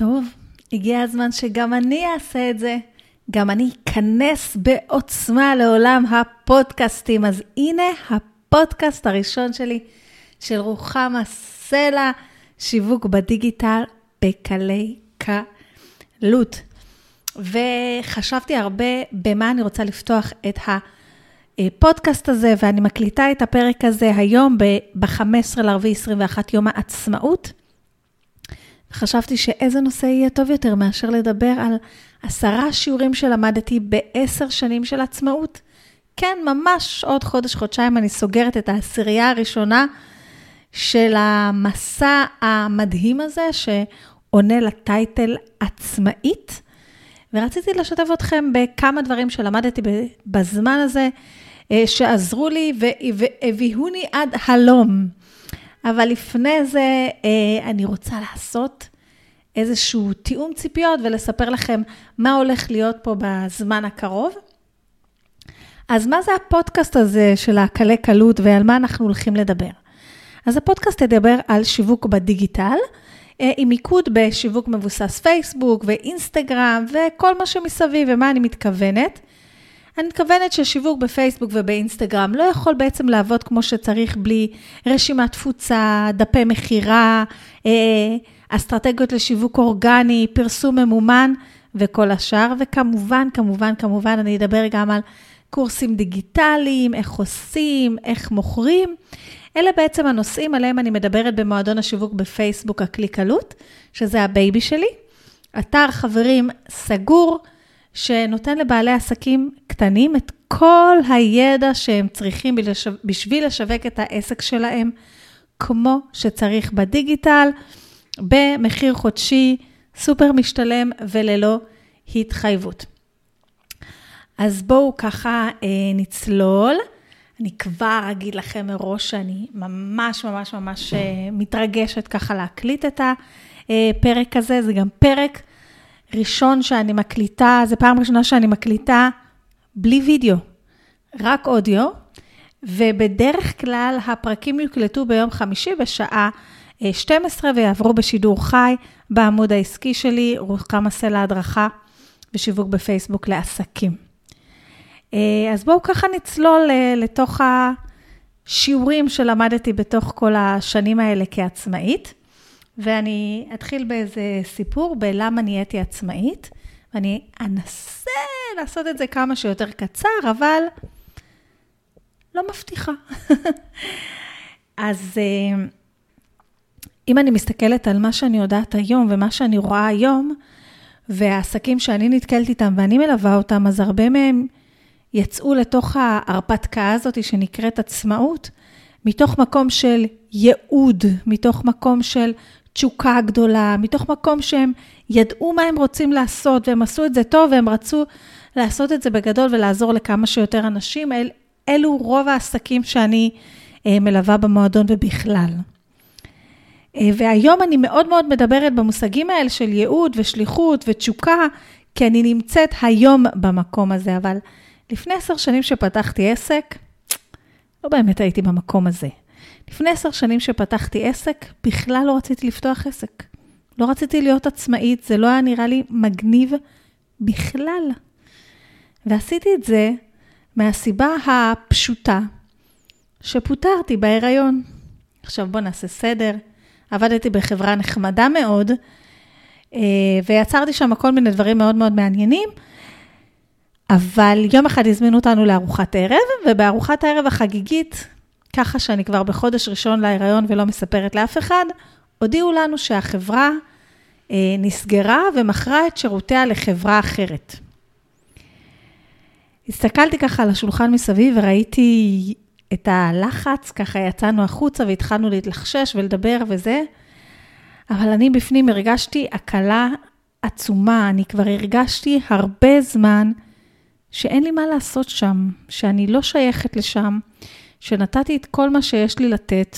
טוב, הגיע הזמן שגם אני אעשה את זה. גם אני אכנס בעוצמה לעולם הפודקאסטים. אז הנה הפודקאסט הראשון שלי של רוחמה סלע, שיווק בדיגיטל בקלי קלות. וחשבתי הרבה במה אני רוצה לפתוח את הפודקאסט הזה, ואני מקליטה את הפרק הזה היום ב-15/4/21 יום העצמאות. חשבתי שאיזה נושא יהיה טוב יותר מאשר לדבר על 10 שיעורים שלמדתי ב10 שנים של עצמאות. כן, ממש עוד חודש-חודשיים אני סוגרת את העשירייה הראשונה של המסע המדהים הזה, שעונה לטייטל עצמאית. ורציתי לשתף אתכם בכמה דברים שלמדתי בזמן הזה, שעזרו לי והביאוני עד הלום. אבל לפני זה אני רוצה לעשות איזשהו תיאום ציפיות ולספר לכם מה הולך להיות פה בזמן הקרוב. אז מה זה הפודקאסט הזה של הקלי קלות ועל מה אנחנו הולכים לדבר? אז הפודקאסט ידבר על שיווק בדיגיטל, עם מיקוד בשיווק מבוסס פייסבוק ואינסטגרם וכל מה שמסביב. ומה אני מתכוונת? אני מתכוונת ששיווק בפייסבוק ובאינסטגרם לא יכול בעצם לעבוד כמו שצריך בלי רשימת תפוצה, דפי מחירה, אסטרטגיות לשיווק אורגני, פרסום ממומן וכל השאר. וכמובן אני אדבר גם על קורסים דיגיטליים, איך עושים, איך מוכרים. אלה בעצם הנושאים עליהם אני מדברת במועדון השיווק בפייסבוק הקלי קלות, שזה הבייבי שלי. אתר חברים סגור, שנותן לבעלי עסקים קטנים את כל הידע שהם צריכים בשביל לשווק את העסק שלהם, כמו שצריך בדיגיטל, במחיר חודשי, סופר משתלם וללא התחייבות. אז בואו ככה נצלול. אני כבר אגיד לכם מראש שאני ממש מתרגשת ככה להקליט את הפרק הזה. זה גם פרק ראשון שאני מקליטה, זה פעם ראשונה שאני מקליטה בלי וידאו, רק אודיו, ובדרך כלל הפרקים יוקלטו ביום חמישי בשעה 12 ויעברו בשידור חי בעמוד העסקי שלי, רוחמה סלע הדרכה ושיווק בפייסבוק לעסקים. אז בואו ככה נצלול לתוך השיעורים שלמדתי בתוך כל השנים האלה כעצמאית. ואני אתחיל באיזה סיפור בלמה נהייתי עצמאית, ואני אנסה לעשות את זה כמה שיותר קצר, אבל לא מבטיחה. אז אם אני מסתכלת על מה שאני יודעת היום ומה שאני רואה היום, והעסקים שאני נתקלת איתם ואני מלווה אותם, אז הרבה מהם יצאו לתוך ההרפתקה הזאת שנקראת עצמאות, מתוך מקום של ייעוד, מתוך מקום של תשוקה גדולה, מתוך מקום שהם ידעו מה הם רוצים לעשות, והם עשו את זה טוב, והם רצו לעשות את זה בגדול, ולעזור לכמה שיותר אנשים. אלו רוב העסקים שאני מלווה במועדון ובכלל. והיום אני מאוד מדברת במושגים האלה של ייעוד ושליחות ותשוקה, כי אני נמצאת היום במקום הזה, אבל לפני 10 שנים שפתחתי עסק, לא באמת הייתי במקום הזה. לפני 10 שנים שפתחתי עסק, בכלל לא רציתי לפתוח עסק. לא רציתי להיות עצמאית, זה לא היה נראה לי מגניב בכלל. ועשיתי את זה מהסיבה הפשוטה, שפוטרתי בהיריון. עכשיו בוא נעשה סדר. עבדתי בחברה נחמדה מאוד, ויצרתי שם כל מיני דברים מאוד מעניינים, אבל יום אחד הזמינו אותנו לארוחת ערב, ובארוחת הערב החגיגית, ככה שאני כבר בחודש ראשון להיריון ולא מספרת לאף אחד, הודיעו לנו שהחברה נסגרה ומכרה את שירותיה לחברה אחרת. הסתכלתי ככה על השולחן מסביב וראיתי את הלחץ, ככה יצאנו החוצה והתחלנו להתלחשש ולדבר וזה, אבל אני בפנים הרגשתי הקלה עצומה, אני כבר הרגשתי הרבה זמן שאין לי מה לעשות שם, שאני לא שייכת לשם, שנתתי את כל מה שיש לי לתת,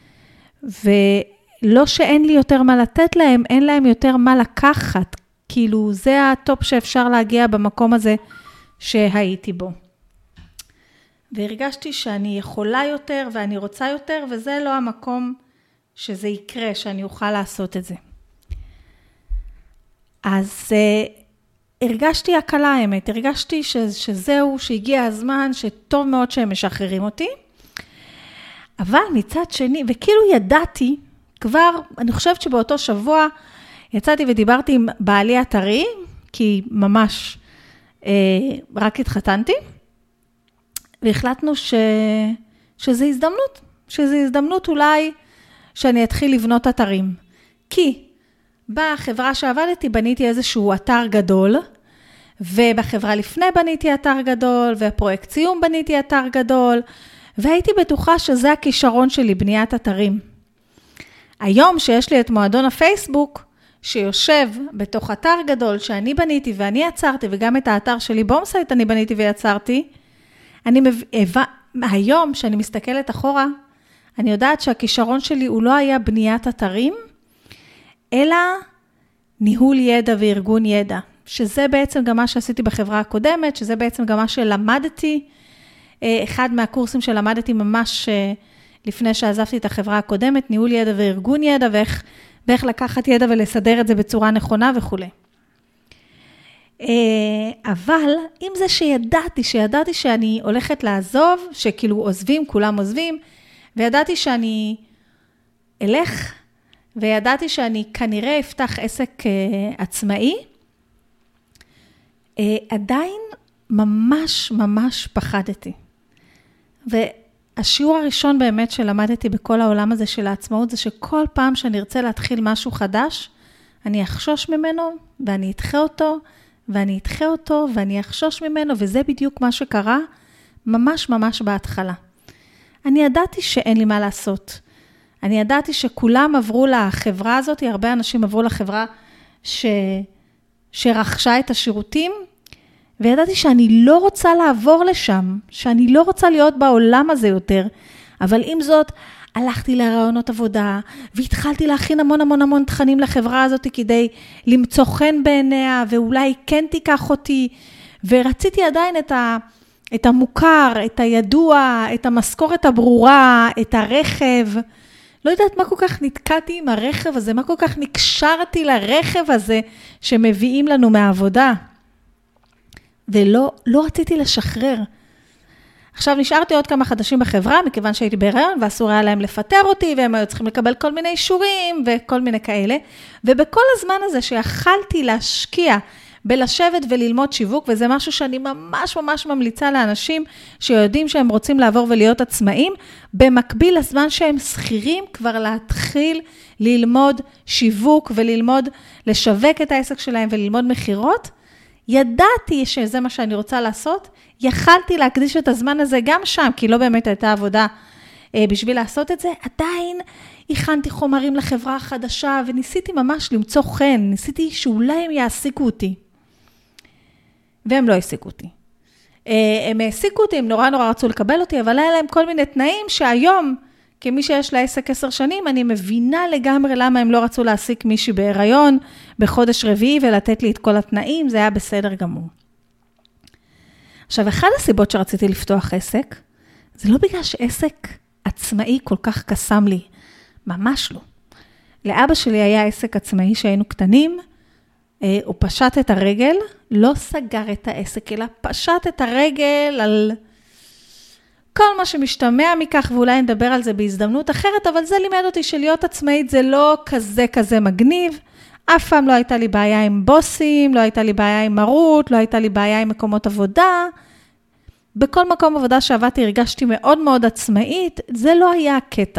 ולא שאין לי יותר מה לתת להם, אין להם יותר מה לקחת, כאילו זה הטופ שאפשר להגיע במקום הזה שהייתי בו. והרגשתי שאני יכולה יותר ואני רוצה יותר, וזה לא המקום שזה יקרה, שאני אוכל לעשות את זה. אז הרגשתי הקלה האמת, הרגשתי שזהו, שהגיע הזמן, שטוב מאוד שהם משחררים אותי. אבל מצד שני, וכאילו ידעתי, כבר, אני חושבת שבאותו שבוע, יצאתי ודיברתי עם בעלי אתרי, כי ממש רק התחתנתי, והחלטנו שזה הזדמנות, שזה הזדמנות אולי שאני אתחיל לבנות אתרים. כי בחברה שעבדתי בניתי איזשהו אתר גדול, ובחברה לפני בניתי אתר גדול, והפרויקט סיום בניתי אתר גדול, והייתי בטוחה שזה הכישרון שלי, בניית אתרים. היום שיש לי את מועדון הפייסבוק, שיושב בתוך אתר גדול שאני בניתי ואני יצרתי, וגם את האתר שלי בומסייט אני בניתי ויצרתי, היום שאני מסתכלת אחורה, אני יודעת שהכישרון שלי הוא לא היה בניית אתרים, אלא ניהול ידע וארגון ידע, שזה בעצם גם מה שעשיתי בחברה הקודמת, שזה בעצם גם מה שלמדתי, אחד מהקורסים שלמדתי ממש לפני שעזבתי את החברה הקודמת, ניהול ידע וארגון ידע, ואיך לקחת ידע ולסדר את זה בצורה נכונה וכו'. אבל עם זה שידעתי שאני הולכת לעזוב, שכאילו עוזבים, כולם עוזבים, וידעתי שאני אלך, וידעתי שאני כנראה אפתח עסק עצמאי, עדיין ממש ממש פחדתי. והשיעור הראשון באמת שלמדתי בכל העולם הזה של העצמאות, זה שכל פעם שאני ארצה להתחיל משהו חדש, אני אחשוש ממנו, ואני אדחה אותו, ואני אדחה אותו, ואני אחשוש ממנו, וזה בדיוק מה שקרה ממש ממש בהתחלה. אני ידעתי שאין לי מה לעשות. אני ידעתי שכולם עברו לחברה הזאת, הרבה אנשים עברו לחברה שרכשה את השירותים, וידעתי שאני לא רוצה לעבור לשם, שאני לא רוצה להיות בעולם הזה יותר, אבל עם זאת, הלכתי לרעיונות עבודה, והתחלתי להכין המון המון המון תכנים לחברה הזאת, כדי למצוא חן בעיניה, ואולי כן תיקח אותי, ורציתי עדיין את המוכר, את הידוע, את המשכורת הברורה, את הרכב, לא יודעת מה כל כך נתקעתי עם הרכב הזה, מה כל כך נקשרתי לרכב הזה, שמביאים לנו מהעבודה. ולא רציתי לשחרר. עכשיו נשארתי עוד כמה חדשים בחברה, מכיוון שהייתי בהיריון, ואסור היה להם לפטר אותי, והם היו צריכים לקבל כל מיני אישורים, וכל מיני כאלה. ובכל הזמן הזה שיכלתי להשקיע, בלשבת וללמוד שיווק, וזה משהו שאני ממש ממש ממליצה לאנשים, שיודעים שהם רוצים לעבור ולהיות עצמאים, במקביל לזמן שהם שכירים, כבר להתחיל ללמוד שיווק, וללמוד לשווק את העסק שלהם, וללמוד מחירות, ידעתי שזה מה שאני רוצה לעשות, יכלתי להקדיש את הזמן הזה גם שם, כי לא באמת הייתה עבודה בשביל לעשות את זה, עדיין הכנתי חומרים לחברה החדשה, וניסיתי ממש למצוא חן, ניסיתי שאולי הם יעסיקו אותי. והם לא העסיקו אותי. הם העסיקו אותי, הם נורא נורא רצו לקבל אותי, אבל היה להם כל מיני תנאים שהיום, כמי שיש לה עסק 10 שנים, אני מבינה לגמרי למה הם לא רצו להעסיק מישהי בהיריון, בחודש רביעי, ולתת לי את כל התנאים, זה היה בסדר גמור. עכשיו, אחד הסיבות שרציתי לפתוח עסק, זה לא בגלל שעסק עצמאי כל כך קסם לי, ממש לא. לאבא שלי היה עסק עצמאי שהיינו קטנים, הוא פשט את הרגל, לא סגר את העסק, אלא פשט את הרגל על כל מה שמשתמע מכך, ואולי נדבר על זה בהזדמנות אחרת, אבל זה לימד אותי שלהיות עצמאית זה לא כזה מגניב, אף פעם לא הייתה לי בעיה עם בוסים, לא הייתה לי בעיה עם מרות, לא הייתה לי בעיה עם מקומות עבודה, בכל מקום עבודה שעבדתי הרגשתי מאוד מאוד עצמאית, זה לא היה הקטע.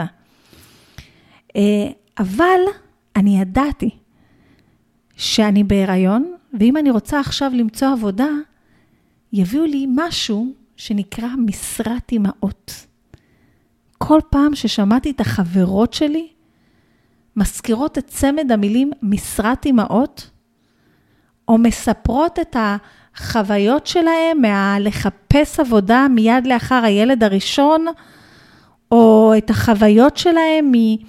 אבל אני ידעתי שאני בהיריון, ואם אני רוצה עכשיו למצוא עבודה, יביאו לי משהו שנקרא משרת אימהות. כל פעם ששמעתי את החברות שלי, מזכירות את צמד המילים משרת אימהות, או מספרות את החוויות שלהם לחפש עבודה מיד לאחר הילד הראשון, או את החוויות שלהם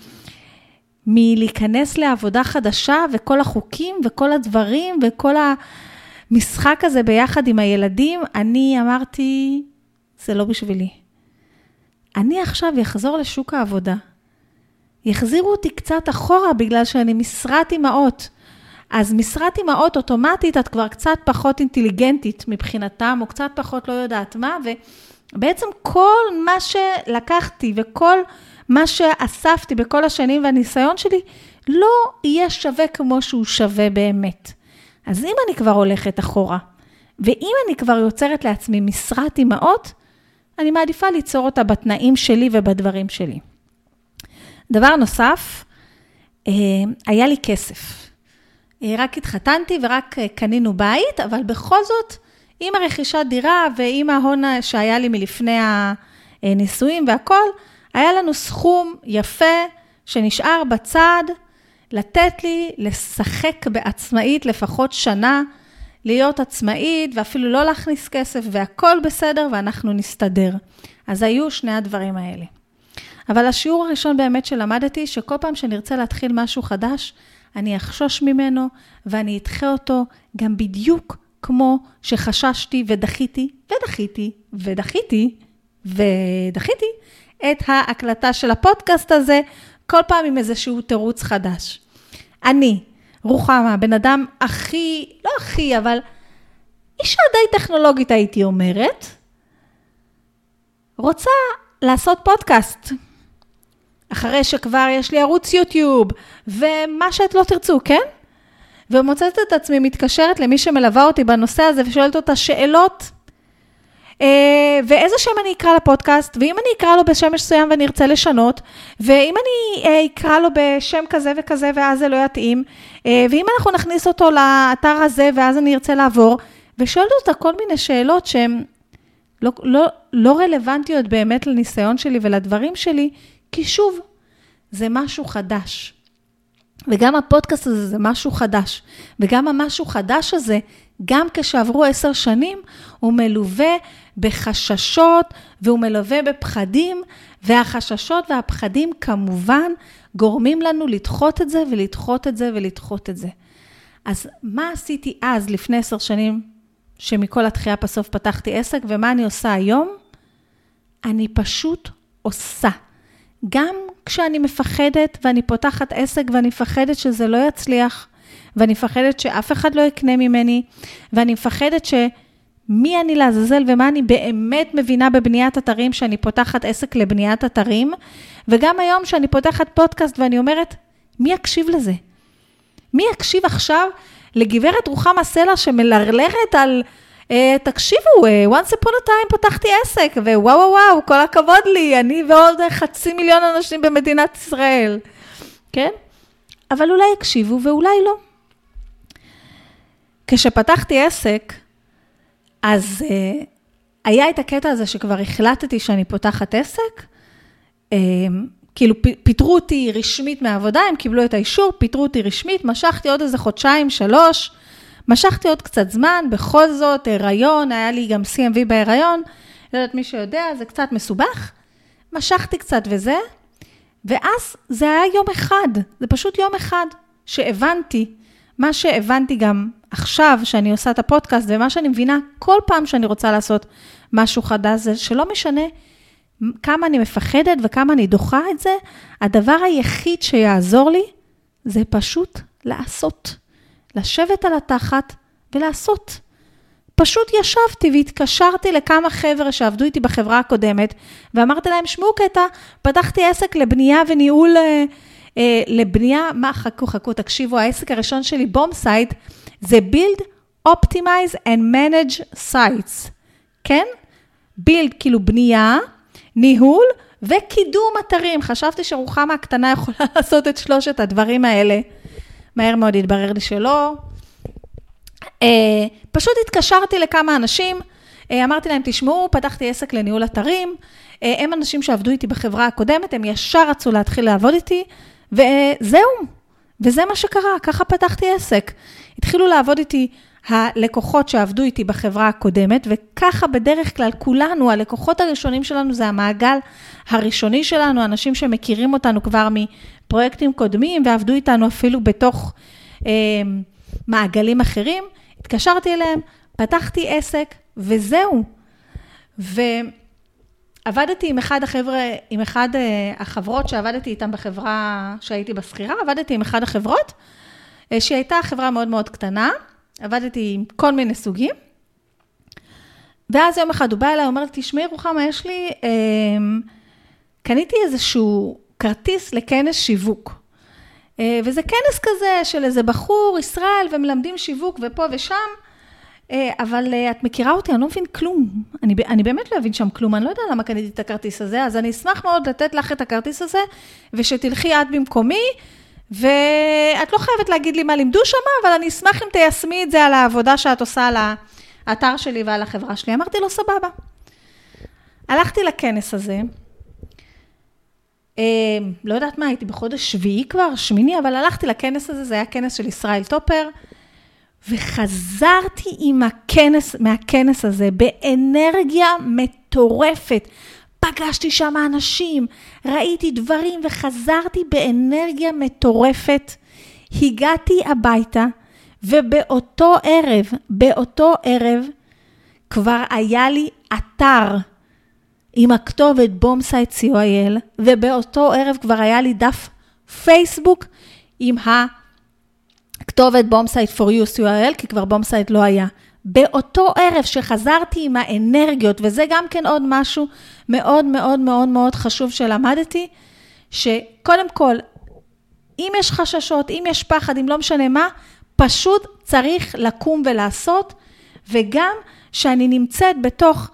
מלהיכנס לעבודה חדשה, וכל החוקים וכל הדברים וכל המשחק הזה ביחד עם הילדים, אני אמרתי, זה לא בשבילי. אני עכשיו אחזור לשוק העבודה. יחזירו אותי קצת אחורה בגלל שאני משרת אימהות. אז משרת אימהות אוטומטית, את כבר קצת פחות אינטליגנטית מבחינתם, או קצת פחות לא יודעת מה, ובעצם כל מה שלקחתי וכל מה שאספתי בכל השנים והניסיון שלי, לא יהיה שווה כמו שהוא שווה באמת. אז אם אני כבר הולכת אחורה, ואם אני כבר יוצרת לעצמי משרת אימהות, אני מעדיפה ליצור אותה בתנאים שלי ובדברים שלי. דבר נוסף, היה לי כסף. רק התחתנתי ורק קנינו בית, אבל בכל זאת, עם הרכישת דירה ועם ההון שהיה לי מלפני הנישואים והכל, היה לנו סכום יפה שנשאר בצד, לתת לי לשחק בעצמאית לפחות שנה, להיות עצמאית ואפילו לא להכניס כסף והכל בסדר ואנחנו נסתדר. אז היו שני הדברים האלה. אבל השיעור הראשון באמת שלמדתי, שכל פעם שנרצה להתחיל משהו חדש, אני אחשוש ממנו ואני אדחה אותו גם בדיוק כמו שחששתי ודחיתי את ההקלטה של הפודקאסט הזה, כל פעם עם איזשהו תירוץ חדש. אני, רוחמה, בן אדם לא הכי, אבל אישה די טכנולוגית הייתי אומרת, רוצה לעשות פודקאסט. אחרי שכבר יש לי ערוץ יוטיוב, ומה שאת לא תרצו, כן? ומוצאת את עצמי מתקשרת למי שמלווה אותי בנושא הזה, ושואלת אותה שאלות, ואיזה שם אני אקרא לפודקאסט, ואם אני אקרא לו בשם מסוים ואני ארצה לשנות, ואם אני אקרא לו בשם כזה וכזה ואז זה לא יתאים, ואם אנחנו נכניס אותו לאתר הזה ואז אני ארצה לעבור, ושואלת אותה כל מיני שאלות שהן לא רלוונטיות באמת לניסיון שלי ולדברים שלי, כי שוב, זה משהו חדש. וגם הפודקאסט הזה זה משהו חדש. וגם המשהו חדש הזה, גם כשעברו 10 שנים, הוא מלווה בחששות, והוא מלווה בפחדים, והחששות והפחדים כמובן גורמים לנו לדחות את זה, ולדחות את זה, ולדחות את זה. אז מה עשיתי אז, לפני 10 שנים, שמכל התחייה בסוף פתחתי עסק, ומה אני עושה היום? אני פשוט עושה. גם כשאני מפחדת, ואני פותחת עסק, ואני מפחדת שזה לא יצליח, ואני מפחדת שאף אחד לא יקנה ממני, ואני מפחדת שמי אני לעזאזל, ומה אני באמת מבינה בבניית אתרים, שאני פותחת עסק לבניית אתרים, וגם היום שאני פותחת פודקאסט, ואני אומרת, מי יקשיב לזה? מי יקשיב עכשיו לגברת רוחמה סלע, שמלרלרת על, תקשיבו, once upon a time פתחתי עסק, וואו, כל הכבוד לי, אני ועוד 500,000 אנשים במדינת ישראל, כן? אבל אולי יקשיבו ואולי לא. כשפתחתי עסק, אז היה את הקטע הזה שכבר החלטתי שאני פותחת עסק, כאילו פיטרו אותי רשמית מהעבודה, הם קיבלו את האישור, פיטרו אותי רשמית, משכתי עוד איזה 2-3, משכתי עוד קצת זמן, בכל זאת, הריון, היה לי גם CMV בהיריון, לא יודעת מי שיודע, זה קצת מסובך, משכתי קצת וזה, ואז זה היה יום אחד, זה פשוט יום אחד שהבנתי, מה שהבנתי גם עכשיו שאני עושה את הפודקאסט, ומה שאני מבינה כל פעם שאני רוצה לעשות משהו חדש, זה שלא משנה כמה אני מפחדת וכמה אני דוחה את זה, הדבר היחיד שיעזור לי, זה פשוט לעשות. לשבת על התחת ולעשות. פשוט ישבתי והתקשרתי לכמה חבר'ה שעבדו איתי בחברה הקודמת, ואמרתי להם, שמעו קטע, פתחתי עסק לבנייה וניהול, לבנייה, חכו, תקשיבו, העסק הראשון שלי, בום-סייט, זה Build, Optimize and Manage Sites. כן? Build, כאילו בנייה, ניהול וקידום אתרים. חשבתי שרוחמה הקטנה יכולה לעשות את 3 הדברים האלה. מהר מאוד התברר לי שלא. פשוט התקשרתי לכמה אנשים, אמרתי להם, תשמעו, פתחתי עסק לניהול אתרים, הם אנשים שעבדו איתי בחברה הקודמת, הם ישר רצו להתחיל לעבוד איתי, וזהו, וזה מה שקרה, ככה פתחתי עסק. התחילו לעבוד איתי הלקוחות שעבדו איתי בחברה הקודמת, וככה בדרך כלל כולנו, הלקוחות הראשונים שלנו זה המעגל הראשוני שלנו, אנשים שמכירים אותנו כבר מפרויקטים קודמים, ועבדו איתנו אפילו בתוך מעגלים אחרים. התקשרתי אליהם, פתחתי עסק, וזהו. ועבדתי עם אחד החברות שעבדתי איתם בחברה שהייתי בסחירה, עבדתי עם אחד החברות, שהיא הייתה חברה מאוד מאוד קטנה, עבדתי עם כל מיני סוגים, ואז יום אחד הוא בא אליי, הוא אומר, תשמעי רוחמה, יש לי, קניתי איזשהו כרטיס לכנס שיווק, וזה כנס כזה של איזה בחור, ישראל, ומלמדים שיווק ופה ושם, אבל את מכירה אותי, אני לא מבין כלום, אני באמת לא אבין שם כלום, אני לא יודע למה קניתי את הכרטיס הזה, אז אני אשמח מאוד לתת לך את הכרטיס הזה, ושתלכי עד במקומי, ואת לא חייבת להגיד לי מה לימדו שם, אבל אני אשמח אם תיישמי את זה על העבודה שאת עושה על האתר שלי ועל החברה שלי. אמרתי לו, סבבה. הלכתי לכנס הזה, לא יודעת מה, הייתי בחודש שביעי כבר, שמיני, אבל הלכתי לכנס הזה, זה היה כנס של ישראל טופר, וחזרתי מהכנס הזה באנרגיה מטורפת. פגשתי שם אנשים, ראיתי דברים וחזרתי באנרגיה מטורפת. הגעתי הביתה ובאותו ערב כבר היה לי אתר עם הכתובת bombsite.co.il, ובאותו ערב כבר היה לי דף פייסבוק עם הכתובת bombsite for you.co.il, כי כבר bombsite לא היה. באותו ערב שחזרתי עם האנרגיות, וזה גם כן עוד משהו מאוד מאוד מאוד מאוד חשוב שלמדתי, שקודם כל, אם יש חששות, אם יש פחד, אם לא משנה מה, פשוט צריך לקום ולעשות, וגם שאני נמצאת בתוך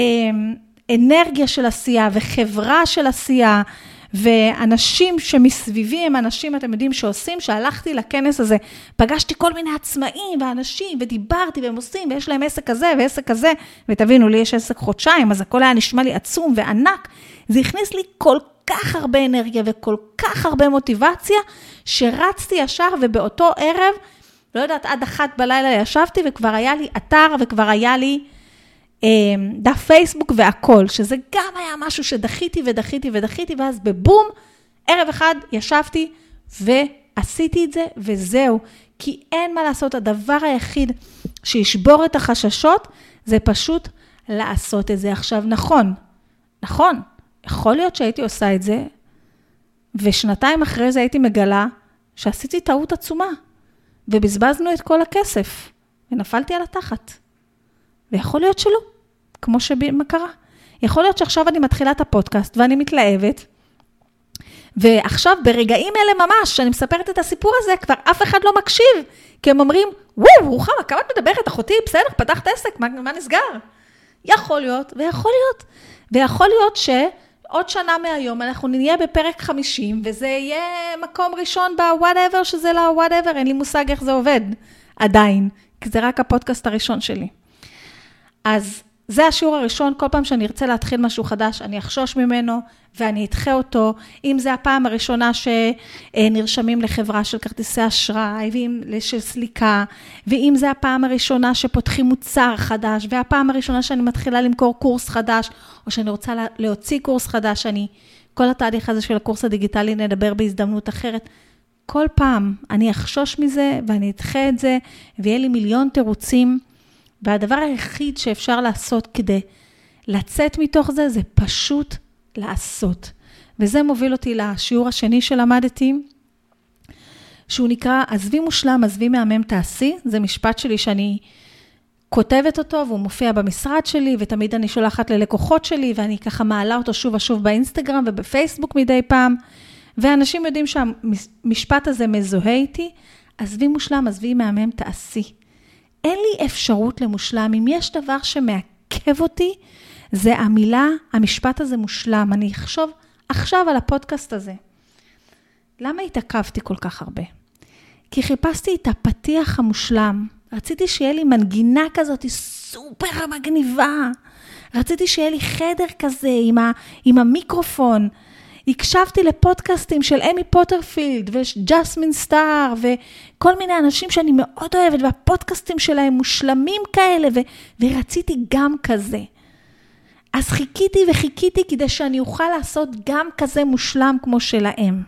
אנרגיה של עשייה וחברה של עשייה, ואנשים שמסביבי הם אנשים, אתם יודעים, שעושים, שהלכתי לכנס הזה, פגשתי כל מיני עצמאים ואנשים, ודיברתי והם עושים, ויש להם עסק כזה ועסק כזה, ותבינו, לי יש עסק חודשיים, אז הכל היה נשמע לי עצום וענק, זה הכניס לי כל כך הרבה אנרגיה וכל כך הרבה מוטיבציה, שרצתי ישר ובאותו ערב, לא יודעת, עד 1 בלילה ישבתי, וכבר היה לי אתר, וכבר היה לי דף פייסבוק והכל, שזה גם היה משהו שדחיתי ודחיתי ודחיתי, ואז בבום, ערב אחד ישבתי ועשיתי את זה, וזהו. כי אין מה לעשות, הדבר היחיד שישבור את החששות, זה פשוט לעשות את זה. עכשיו, נכון, יכול להיות שהייתי עושה את זה, ושנתיים אחרי זה הייתי מגלה, שעשיתי טעות עצומה, ובזבזנו את כל הכסף, ונפלתי על התחת. ויכול להיות שלא, כמו שמה קרה. יכול להיות שעכשיו אני מתחילה את הפודקאסט, ואני מתלהבת, ועכשיו ברגעים אלה ממש, שאני מספרת את הסיפור הזה, כבר אף אחד לא מקשיב, כי הם אומרים, וואו, רוחמה, כמה את מדברת, אחותי, בסדר, פתחת עסק, מה נסגר? יכול להיות, ויכול להיות שעוד שנה מהיום, אנחנו נהיה בפרק 50, וזה יהיה מקום ראשון ב-whatever, שזה לא whatever, אין לי מושג איך זה עובד, עדיין, כי זה רק הפודקאסט הראשון שלי. אז זה השיעור הראשון, כל פעם שאני ארצה להתחיל משהו חדש, אני אחשוש ממנו ואני אדחה אותו, אם זה הפעם הראשונה שנרשמים לחברה של כרטיסי אשראי, ואם של סליקה, ואם זה הפעם הראשונה שפותחים מוצר חדש, והפעם הראשונה שאני מתחילה למכור קורס חדש, או שאני רוצה להוציא קורס חדש, כל התהליך הזה של הקורס הדיגיטלי נדבר בהזדמנות אחרת, כל פעם אני אחשוש מזה ואני אדחה את זה, ויהיה לי מיליון תירוצים, והדבר היחיד שאפשר לעשות כדי לצאת מתוך זה, זה פשוט לעשות. וזה מוביל אותי לשיעור השני שלמדתי, שהוא נקרא, עזבי מושלם, עזבי מהמם תעשי. זה משפט שלי שאני כותבת אותו, והוא מופיע במשרד שלי, ותמיד אני שולחת ללקוחות שלי, ואני ככה מעלה אותו שוב ושוב באינסטגרם ובפייסבוק מדי פעם, ואנשים יודעים שהמשפט הזה מזוהה איתי, עזבי מושלם, עזבי מהמם תעשי. אין לי אפשרות למושלם, אם יש דבר שמעכב אותי, זה המשפט הזה מושלם. אני אחשוב עכשיו על הפודקאסט הזה. למה התעכבתי כל כך הרבה? כי חיפשתי את הפתיח המושלם. רציתי שיהיה לי מנגינה כזאת סופר מגניבה. רציתי שיהיה לי חדר כזה עם המיקרופון. הקשבתי לפודקאסטים של אמי פוטרפילד וג'סמין סטאר וכל מיני אנשים שאני מאוד אוהבת, והפודקאסטים שלהם מושלמים כאלה, ורציתי גם כזה. אז חיכיתי כדי שאני אוכל לעשות גם כזה מושלם כמו שלהם.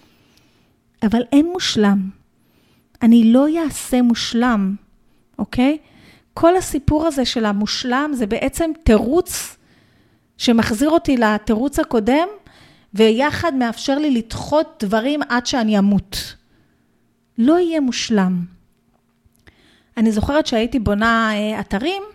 אבל אין מושלם. אני לא אעשה מושלם, אוקיי? כל הסיפור הזה של המושלם זה בעצם תירוץ שמחזיר אותי לתירוץ הקודם, ויחד מאפשר לי לדחות דברים עד שאני אמות. לא יהיה מושלם. אני זוכרת שהייתי בונה אתרים,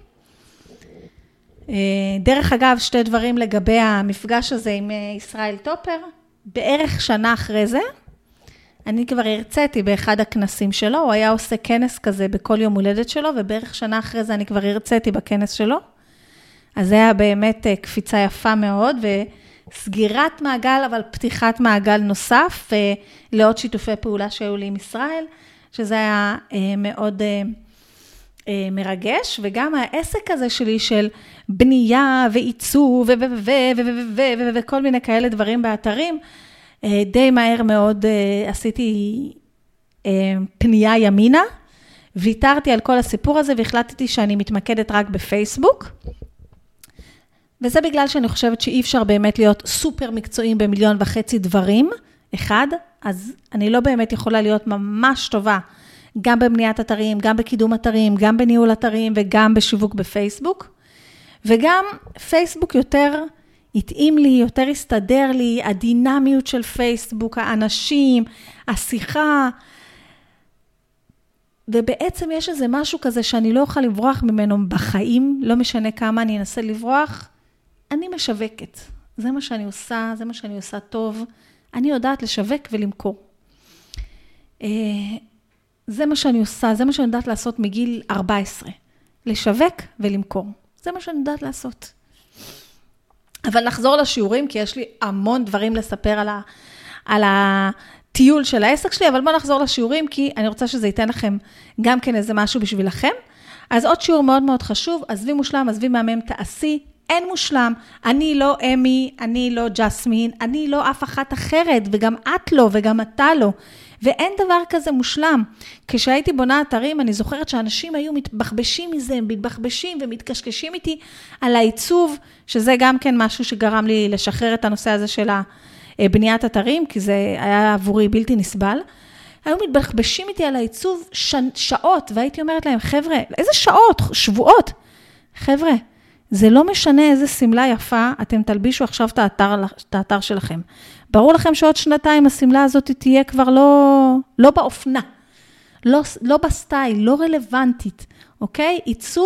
דרך אגב, שתי דברים לגבי המפגש הזה עם ישראל טופר, בערך שנה אחרי זה, אני כבר הרציתי באחד הכנסים שלו, הוא היה עושה כנס כזה בכל יום הולדת שלו, ובערך שנה אחרי זה אני כבר הרציתי בכנס שלו, אז זה היה באמת קפיצה יפה מאוד, וסגירת מעגל, אבל פתיחת מעגל נוסף, לעוד שיתופי פעולה שהיו לי עם ישראל, שזה היה מאוד מרגש, וגם העסק הזה שלי של בנייה ועיצוב וכל מיני כאלה דברים באתרים, די מהר מאוד עשיתי פנייה ימינה, ויתרתי על כל הסיפור הזה והחלטתי שאני מתמקדת רק בפייסבוק, וזה בגלל שאני חושבת שאי אפשר באמת להיות סופר מקצועיים ב1.5 דברים, אז אני לא באמת יכולה להיות ממש טובה, גם בבניית אתרים, גם בקידום אתרים, גם בניהול אתרים וגם בשיווק בפייסבוק. וגם פייסבוק יותר התאים לי, יותר הסתדר לי, הדינמיות של פייסבוק, האנשים, השיחה. ובעצם יש איזה משהו כזה שאני לא אוכל לברוח ממנו בחיים, לא משנה כמה אני אנסה לברוח, אני משווקת. זה מה שאני עושה, זה מה שאני עושה טוב. אני יודעת לשווק ולמכור. זה מה שאני עושה, זה מה שאני יודעת לעשות מגיל 14. לשווק ולמכור. זה מה שאני יודעת לעשות. אבל נחזור לשיעורים, כי יש לי המון דברים לספר על הטיול של העסק שלי, אבל בואו נחזור לשיעורים, כי אני רוצה שזה ייתן לכם גם כן איזה משהו בשבילכם. אז עוד שיעור מאוד מאוד חשוב, עזבי מושלם, עזבי מהמם, תעשי, אין מושלם. אני לא אמי, אני לא ג'סמין, אני לא אף אחת אחרת, וגם את לא, וגם אתה לא. ואין דבר כזה מושלם. כשהייתי בונה אתרים, אני זוכרת שאנשים היו מתבחבשים מזה, מתבחבשים ומתקשקשים איתי על העיצוב, שזה גם כן משהו שגרם לי לשחרר את הנושא הזה של בניית אתרים, כי זה היה עבורי בלתי נסבל. היו מתבחבשים איתי על העיצוב שעות, והייתי אומרת להם, חבר'ה, איזה שעות? שבועות. חבר'ה, זה לא משנה איזה סמלה יפה, אתם תלבישו עכשיו את האתר שלכם. ברור לכם שעוד 2 הסמלה הזאת תהיה כבר לא באופנה, לא בסטייל, לא רלוונטית, אוקיי?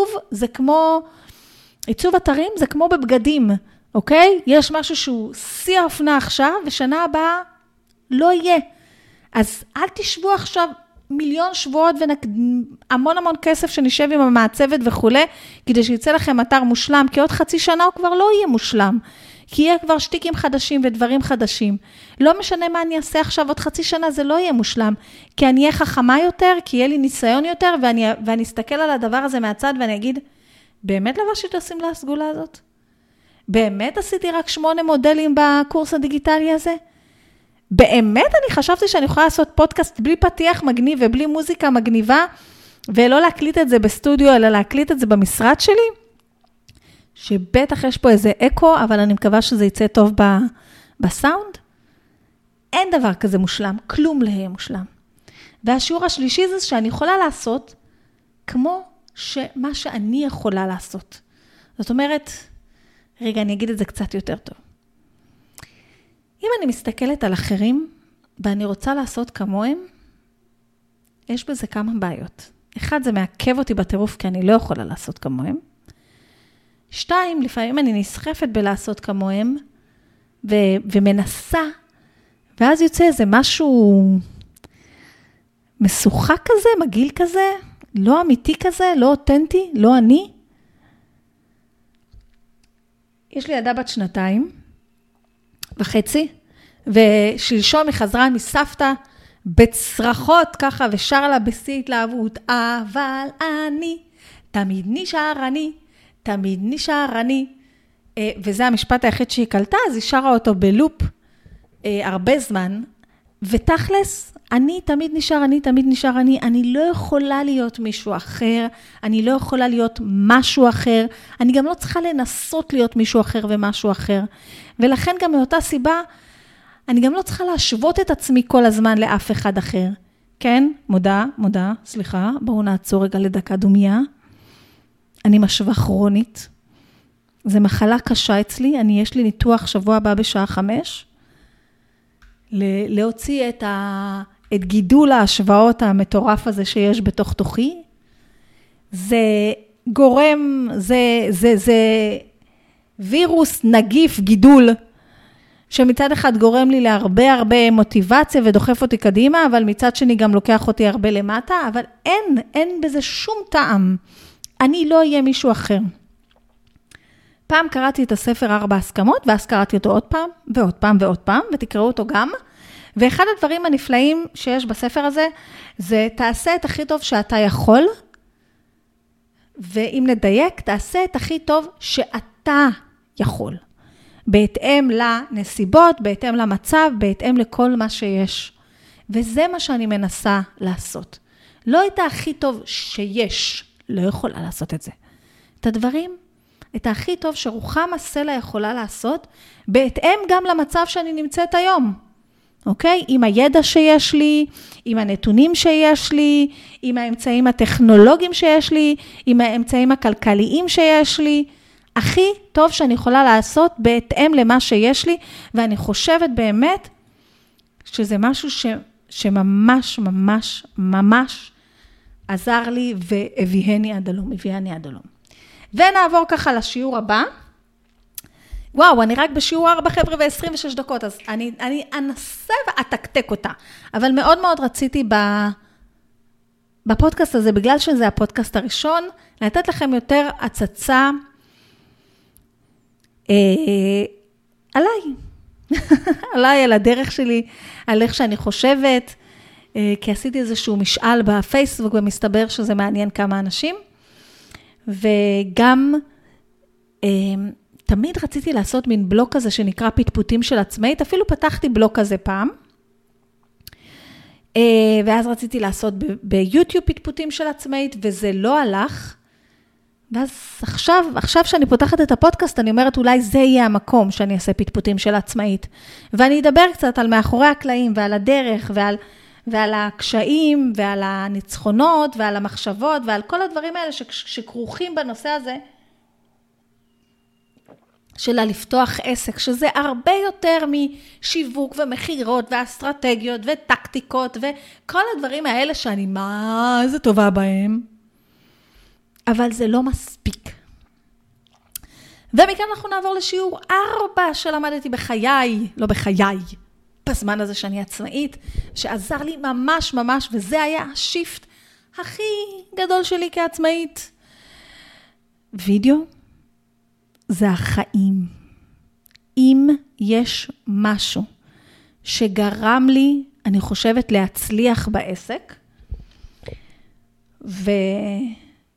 עיצוב אתרים זה כמו בבגדים, אוקיי? יש משהו שהוא שיא האופנה עכשיו, ושנה הבאה לא יהיה. אז אל תשבו עכשיו 1,000,000 שבועות והמון כסף שנשב עם המעצבת וכו', כדי שיצא לכם אתר מושלם, כי עוד חצי שנה הוא כבר לא יהיה מושלם. כי יהיה כבר שטיקים חדשים ודברים חדשים. לא משנה מה אני אעשה עכשיו, עוד חצי שנה זה לא יהיה מושלם, כי אני אהיה חכמה יותר, כי יהיה לי ניסיון יותר, ואני אסתכל על הדבר הזה מהצד, ואני אגיד, באמת לבשתי את השמלה הסגולה הזאת? באמת עשיתי רק 8 מודלים בקורס הדיגיטלי הזה? באמת אני חשבתי שאני יכולה לעשות פודקאסט בלי פתיח מגניב, ובלי מוזיקה מגניבה, ולא להקליט את זה בסטודיו, אלא להקליט את זה במשרד שלי? שבטח יש פה איזה אקו, אבל אני מקווה שזה יצא טוב בסאונד. אין דבר כזה מושלם, כלום לא יהיה מושלם. והשיעור השלישי זה שאני יכולה לעשות כמו מה שאני יכולה לעשות. זאת אומרת, רגע, אני אגיד את זה קצת יותר טוב. אם אני מסתכלת על אחרים, ואני רוצה לעשות כמוהם, יש בזה כמה בעיות. אחד, זה מעכב אותי בטירוף, כי אני לא יכולה לעשות כמוהם. 2, לפעמים אני נסחפת בלעשות כמוהם, ומנסה, ואז יוצא איזה משהו משוחק כזה, מגעיל כזה, לא אמיתי כזה, לא אותנטי, לא אני. יש לי ילדה בת 2.5, ושלשום היא חזרה מסבתא בצרחות ככה, ושרה לה בשיא התלהבות, אבל אני תמיד נשאר אני, תמיד נשאר אני, וזה המשפט היחיד שהיא קלטה, אז היא שרה אותו בלופ הרבה זמן, ותכלס, אני תמיד נשאר אני, תמיד נשאר אני לא יכולה להיות מישהו אחר, אני לא יכולה להיות משהו אחר, אני גם לא צריכה לנסות להיות מישהו אחר ומשהו אחר, ולכן גם מאותה סיבה, אני גם לא צריכה להשוות את עצמי כל הזמן לאף אחד אחר. כן, מודה, סליחה, בואו נעצור רגע לדקה דומיה. אני משווה כרונית. זה מחלה קשה אצלי, יש לי ניתוח שבוע הבא בשעה 5. להוציא את גידול ההשוואות המטורף הזה שיש בתוך תוכי. זה גורם, זה וירוס נגיף גידול, שמצד אחד גורם לי להרבה מוטיבציה ודוחף אותי קדימה, אבל מצד שני גם לוקח אותי הרבה למטה, אבל אין בזה שום טעם. אני לא אהיה מישהו אחר. פעם קראתי את הספר 4 הסכמות, ואז קראתי אותו עוד פעם, ועוד פעם ועוד פעם, ותקראו אותו גם. ואחד הדברים הנפלאים שיש בספר הזה, זה תעשה את הכי טוב שאתה יכול, ואם נדייק, תעשה את הכי טוב שאתה יכול. בהתאם לנסיבות, בהתאם למצב, בהתאם לכל מה שיש. וזה מה שאני מנסה לעשות. לא את הכי טוב שיש, לא יכולה לעשות את זה. את הדברים, את הכי טוב שרוחמה סלע יכולה לעשות, בהתאם גם למצב שאני נמצאת היום. אוקיי? עם הידע שיש לי, עם הנתונים שיש לי, עם האמצעים הטכנולוגיים שיש לי, עם האמצעים הכלכליים שיש לי, הכי טוב שאני יכולה לעשות בהתאם למה שיש לי, ואני חושבת באמת שזה משהו שממש ממש ממש עזר לי והביאני עד הלום. ונעבור ככה לשיעור הבא. וואו, אני רק בשיעור 4 חבר'ה ו-26 דקות, אז אני אנסה ואתקתק אותה. אבל מאוד מאוד רציתי בפודקאסט הזה, בגלל שזה הפודקאסט הראשון, לתת לכם יותר הצצה עליי. עליי, על הדרך שלי, על איך שאני חושבת, כי עשיתי איזשהו משאל בפייסבוק, ומסתבר שזה מעניין כמה אנשים. וגם תמיד רציתי לעשות מין בלוג כזה שנקרא פטפוטים של עצמאית, אפילו פתחתי בלוג כזה פעם, ואז רציתי לעשות ביוטיוב פטפוטים של עצמאית, וזה לא הלך, ואז עכשיו שאני פותחת את הפודקאסט, אני אומרת אולי זה יהיה המקום שאני אעשה פטפוטים של עצמאית, ואני אדבר קצת על מאחורי הקלעים, ועל הדרך, ועל הקשיים, ועל הניצחונות, ועל המחשבות, ועל כל הדברים האלה שכרוכים בנושא הזה, שלה לפתוח עסק, שזה הרבה יותר משיווק ומחירות ואסטרטגיות וטקטיקות וכל הדברים האלה שאני מה זה טובה בהם, אבל זה לא מספיק. ומכאן אנחנו נעבור לשיעור 4 שלמדתי בחיי, לא בחיי, בזמן הזה שאני עצמאית, שעזר לי ממש ממש, וזה היה השיפט הכי גדול שלי כעצמאית. וידאו זה החיים. אם יש משהו שגרם לי, אני חושבת, להצליח בעסק, והנה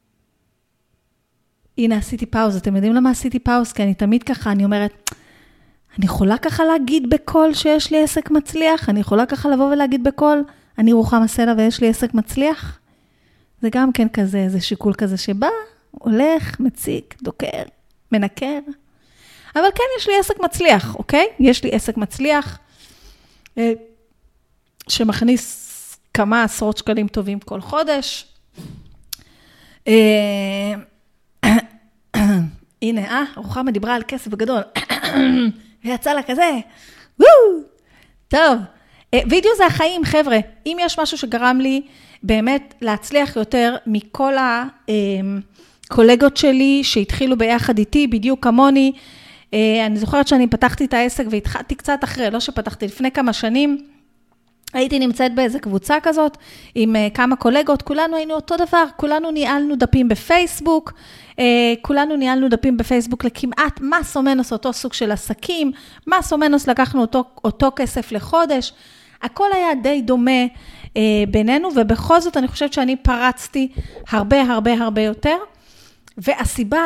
עשיתי פאוז. אתם יודעים למה עשיתי פאוז? כי אני תמיד ככה, אני אומרת, אני יכולה ככה להגיד בקול שיש לי עסק מצליח? אני יכולה ככה לבוא ולהגיד בקול, אני רוחמה סלע ויש לי עסק מצליח? זה גם כן כזה, זה שיקול כזה שבא, הולך, מציק, דוקר, מנקר. אבל כן, יש לי עסק מצליח, אוקיי? יש לי עסק מצליח, שמכניס כמה עשרות שקלים טובים כל חודש. הנה, רוחמה דיברה על כסף בגדול. ויצא לה כזה. טוב, וידאו זה החיים, חבר'ה. אם יש משהו שגרם לי באמת להצליח יותר מכל הקולגות שלי שהתחילו ביחד איתי, בדיוק כמוני, אני זוכרת שאני פתחתי את העסק והתחלתי קצת אחרי, לא שפתחתי לפני כמה שנים, הייתי נמצאת באיזה קבוצה כזאת עם כמה קולגות, כולנו היינו אותו דבר, כולנו ניהלנו דפים בפייסבוק, לכמעט מס או מנוס אותו סוג של עסקים, מס או מנוס לקחנו אותו כסף לחודש, הכל היה די דומה בינינו, ובכל זאת אני חושבת שאני פרצתי הרבה יותר, והסיבה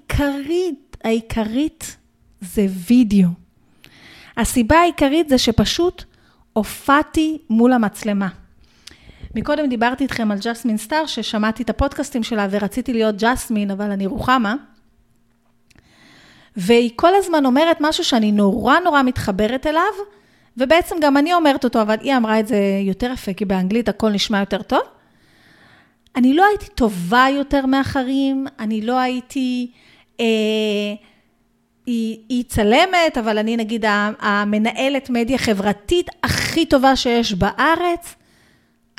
העיקרית זה וידאו. הסיבה העיקרית זה שפשוט הופעתי מול המצלמה. מקודם דיברתי איתכם על ג'סמין סטאר, ששמעתי את הפודקאסטים שלה ורציתי להיות ג'סמין, אבל אני רוחמה. והיא כל הזמן אומרת משהו שאני נורא מתחברת אליו, ובעצם גם אני אומרת אותו, אבל היא אמרה את זה יותר יפה, כי באנגלית הכל נשמע יותר טוב. אני לא הייתי טובה יותר מאחרים, אני לא הייתי, היא צלמת, אבל אני נגיד המנהלת מדיה חברתית הכי טובה שיש בארץ,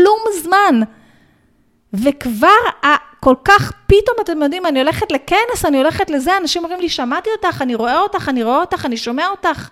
כלום זמן. וכבר כל כך פתאום, אתם יודעים, אני הולכת לכנס, אני הולכת לזה, אנשים אומרים לי, שמעתי אותך, אני רואה אותך, אני רואה אותך, אני שומע אותך.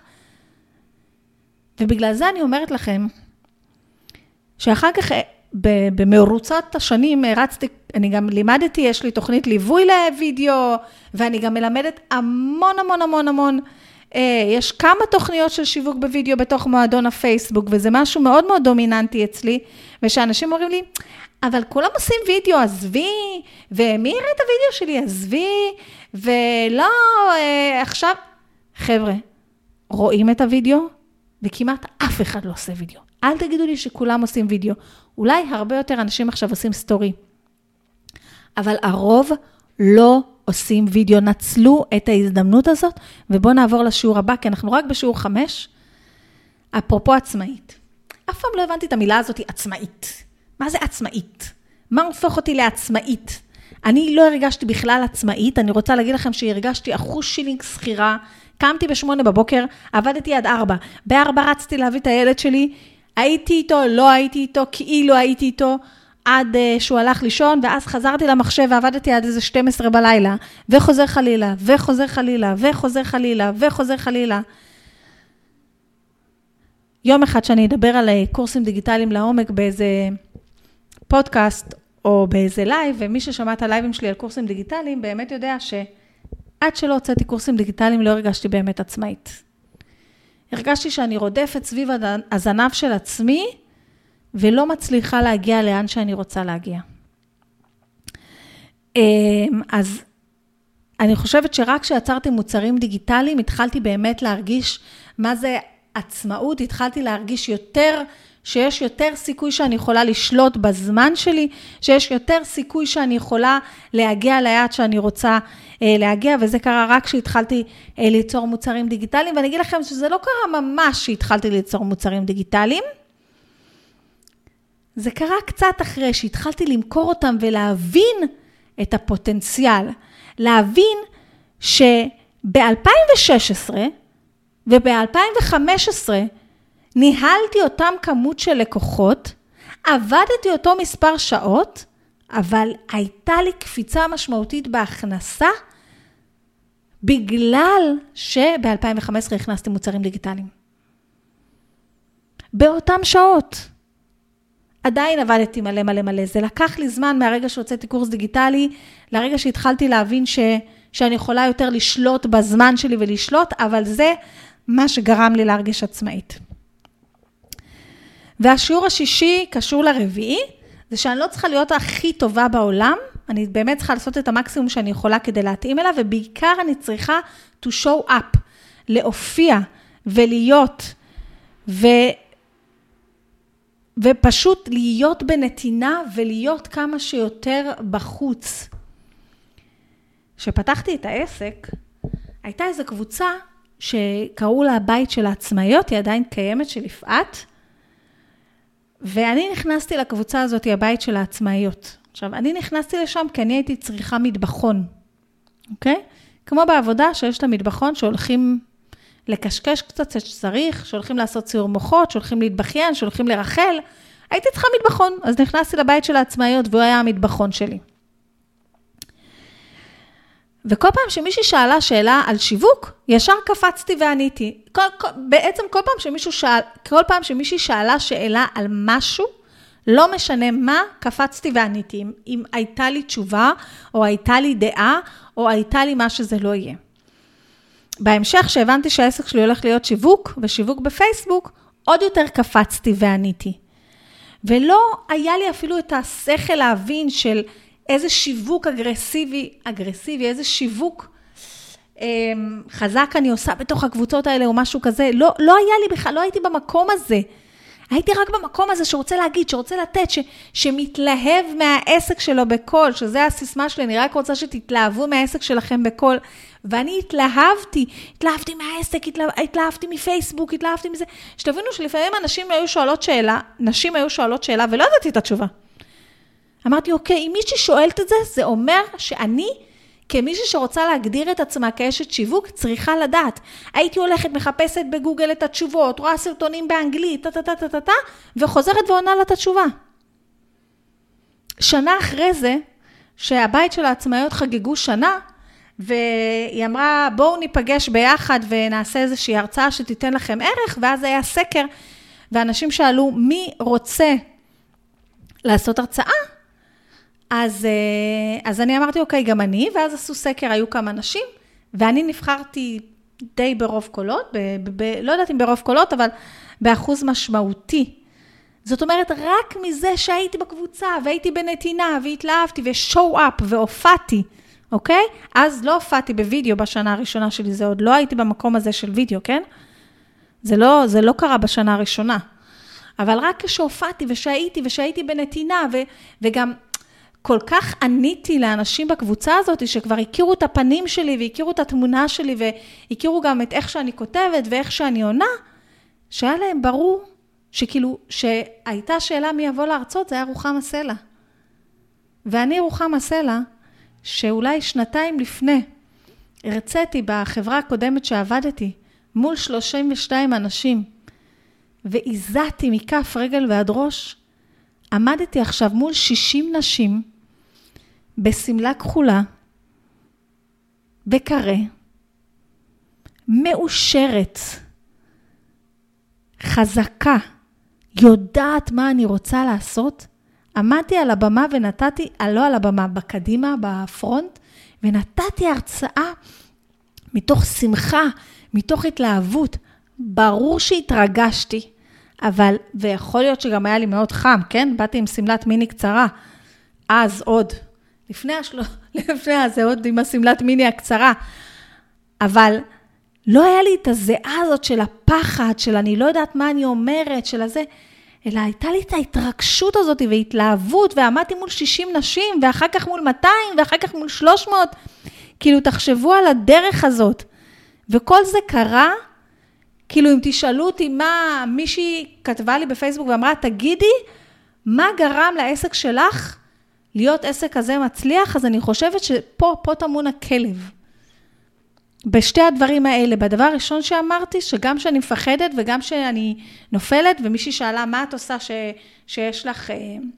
ובגלל זה אני אומרת לכם, שאחר כך, במרוצת השנים, רצתי, אני גם לימדתי, יש לי תוכנית ליווי לוידאו, ואני גם מלמדת המון המון המון המון, יש כמה תוכניות של שיווק בוידאו בתוך מועדון הפייסבוק, וזה משהו מאוד מאוד דומיננטי אצלי, ושאנשים אומרים לי, אבל כולם עושים וידאו, עזבי, ומי יראה את הוידאו שלי, עזבי, ולא, עכשיו, חבר'ה, רואים את הוידאו, וכמעט אף אחד לא עושה וידאו. אל תגידו לי שכולם עושים וידאו. אולי הרבה יותר אנשים עכשיו עושים סטורי. אבל הרוב לא עושים וידאו. נצלו את ההזדמנות הזאת, ובואו נעבור לשיעור הבא, כי אנחנו רק בשיעור 5. אפרופו עצמאית. אף פעם לא הבנתי את המילה הזאת, עצמאית. מה זה עצמאית? מה הופך אותי לעצמאית? אני לא הרגשתי בכלל עצמאית, אני רוצה להגיד לכם שהרגשתי אחוז שילינג שכירה, קמתי ב8 בבוקר, עבדתי עד 4, ב4 רצתי להביא את הילד שלי, הייתי איתו, לא הייתי איתו, כאילו הייתי איתו, עד שהוא הלך לישון, ואז חזרתי למחשב ועבדתי עד איזה 12 בלילה, וחוזר חלילה, וחוזר חלילה, וחוזר חלילה, וחוזר חלילה. יום אחד שאני אדבר על קורסים דיגיטליים לעומק באיזה פודקאסט או באיזה לייב, ומי ששמע את הלייבים שלי על קורסים דיגיטליים, באמת יודע שעד שלא הוצאתי קורסים דיגיטליים, לא הרגשתי באמת עצמאית. הרגשתי שאני רודפת סביב הזנב של עצמי, ולא מצליחה להגיע לאן שאני רוצה להגיע. אז אני חושבת שרק כשיצרתי מוצרים דיגיטליים, התחלתי באמת להרגיש מה זה עצמאות, התחלתי להרגיש יותר, שיש יותר סיכוי שאני יכולה לשלוט בזמן שלי, שיש יותר סיכוי שאני יכולה להגיע ליעד שאני רוצה להגיע, וזה קרה רק כשהתחלתי ליצור מוצרים דיגיטליים, ואני אגיד לכם שזה לא קרה ממש שהתחלתי ליצור מוצרים דיגיטליים, זה קרה קצת אחרי שהתחלתי למכור אותם ולהבין את הפוטנציאל, להבין שב-2016 וב-2015 ניהלתי אותם כמות של לקוחות, עבדתי אותו מספר שעות, אבל הייתה לי קפיצה משמעותית בהכנסה, בגלל שב-2015 הכנסתי מוצרים דיגיטליים. באותם שעות. עדיין עבדתי מלא מלא מלא. זה לקח לי זמן מהרגע שהוצאתי קורס דיגיטלי, לרגע שהתחלתי להבין שאני יכולה יותר לשלוט בזמן שלי ולשלוט, אבל זה מה שגרם לי להרגיש עצמאית. והשיעור השישי קשור לרביעי, זה שאני לא צריכה להיות הכי טובה בעולם, אני באמת צריכה לעשות את המקסימום שאני יכולה כדי להתאים אליו, ובעיקר אני צריכה to show up, להופיע ולהיות, ופשוט להיות בנתינה ולהיות כמה שיותר בחוץ. כשפתחתי את העסק, הייתה איזו קבוצה שקראו לה הבית של העצמאיות, היא עדיין קיימת של יפעת, ואני נכנסתי לקבוצה הזאת, הבית של העצמאיות. עכשיו, אני נכנסתי לשם כי אני הייתי צריכה מטבחון, אוקיי? כמו בעבודה שיש את המטבחון שהולכים לקשקש קצת שצריך, שהולכים לעשות סיור מוחות, שהולכים להתבכיין, שהולכים לרחל, הייתי צריכה מטבחון, אז נכנסתי לבית של העצמאיות והוא היה המטבחון שלי. וכל פעם שמישהי שאלה שאלה על שיווק, ישר קפצתי ועניתי. בעצם כל פעם שמישהי שאלה שאלה על משהו, לא משנה מה, קפצתי ועניתי. אם הייתה לי תשובה, או הייתה לי דעה, או הייתה לי מה שזה לא יהיה. בהמשך שהבנתי שהעסק שלי הולך להיות שיווק, ושיווק בפייסבוק, עוד יותר קפצתי ועניתי. ולא היה לי אפילו את השכל להבין של איזה שיווק אגרסיבי, איזה שיווק חזק אני עושה בתוך הקבוצות האלה או משהו כזה. לא היה לי בכלל, לא הייתי במקום הזה. הייתי רק במקום הזה שרוצה להגיד, שרוצה לתת, שמתלהב מהעסק שלו בכל, שזה הסיסמה שלי, אני רק רוצה שתתלהבו מהעסק שלכם בכל, ואני התלהבתי מהעסק, התלהבתי מפייסבוק, התלהבתי מזה, שתבינו שלפעמים נשים היו שואלות שאלה, ולא ידעתי את התשובה. אמרתי, אוקיי, אם מישהי שואלת את זה, זה אומר שאני, כמישהי שרוצה להגדיר את עצמה כאשת שיווק, צריכה לדעת. הייתי הולכת, מחפשת בגוגל את התשובות, רואה סרטונים באנגלית, וחוזרת ועונה לה את התשובה. שנה אחרי זה, שהבית של העצמאיות חגגו שנה, והיא אמרה, בואו ניפגש ביחד ונעשה איזושהי הרצאה שתיתן לכם ערך, ואז היה סקר, ואנשים שאלו, מי רוצה לעשות הרצאה? אז אני אמרתי, אוקיי, גם אני, ואז עשו סקר, היו כמה אנשים, ואני נבחרתי די ברוב קולות, לא יודעת אם ברוב קולות, אבל באחוז משמעותי. זאת אומרת, רק מזה שהייתי בקבוצה, והייתי בנתינה, והתלהבתי, ושואו אפ, והופעתי, אוקיי? אז לא הופעתי בווידאו בשנה הראשונה שלי, זה עוד לא הייתי במקום הזה של וידאו, כן? זה לא קרה בשנה הראשונה. אבל רק כשהופעתי, ושהייתי בנתינה, וגם כל כך עניתי לאנשים בקבוצה הזאת, שכבר הכירו את הפנים שלי, והכירו את התמונה שלי, והכירו גם את איך שאני כותבת, ואיך שאני עונה, שהיה להם ברור, שכאילו, שהייתה שאלה מי יבוא להרצות, זה היה רוחמה סלע. ואני רוחמה סלע, שאולי שנתיים לפני, הרציתי בחברה הקודמת שעבדתי, מול 32 אנשים, ועיזתי מכף רגל ועד ראש, עמדתי עכשיו מול 60 נשים, בסמלה כחולה, בקרה, מאושרת, חזקה, יודעת מה אני רוצה לעשות, עמדתי על הבמה ונתתי, לא על הבמה, בקדימה, בפרונט, ונתתי הרצאה מתוך שמחה, מתוך התלהבות. ברור שהתרגשתי, אבל, ויכול להיות שגם היה לי מאוד חם, כן? באתי עם סמלת מיני קצרה, אז עוד, לפני זה עוד עם הסמלת מיני הקצרה, אבל לא היה לי את הזיעה הזאת של הפחד, של אני לא יודעת מה אני אומרת, של הזה, אלא הייתה לי את ההתרגשות הזאת והתלהבות, ועמדתי מול 60 נשים, ואחר כך מול 200, ואחר כך מול 300, כאילו תחשבו על הדרך הזאת, וכל זה קרה, כאילו אם תשאלו אותי מה מישהי כתבה לי בפייסבוק ואמרה, תגידי, מה גרם לעסק שלך להיות עסק כזה מצליח? אז אני חושבת שפה טמון הכלב. בשתי הדברים האלה, בדבר הראשון שאמרתי, שגם שאני מפחדת וגם שאני נופלת, ומישהי שאלה מה את עושה שיש לך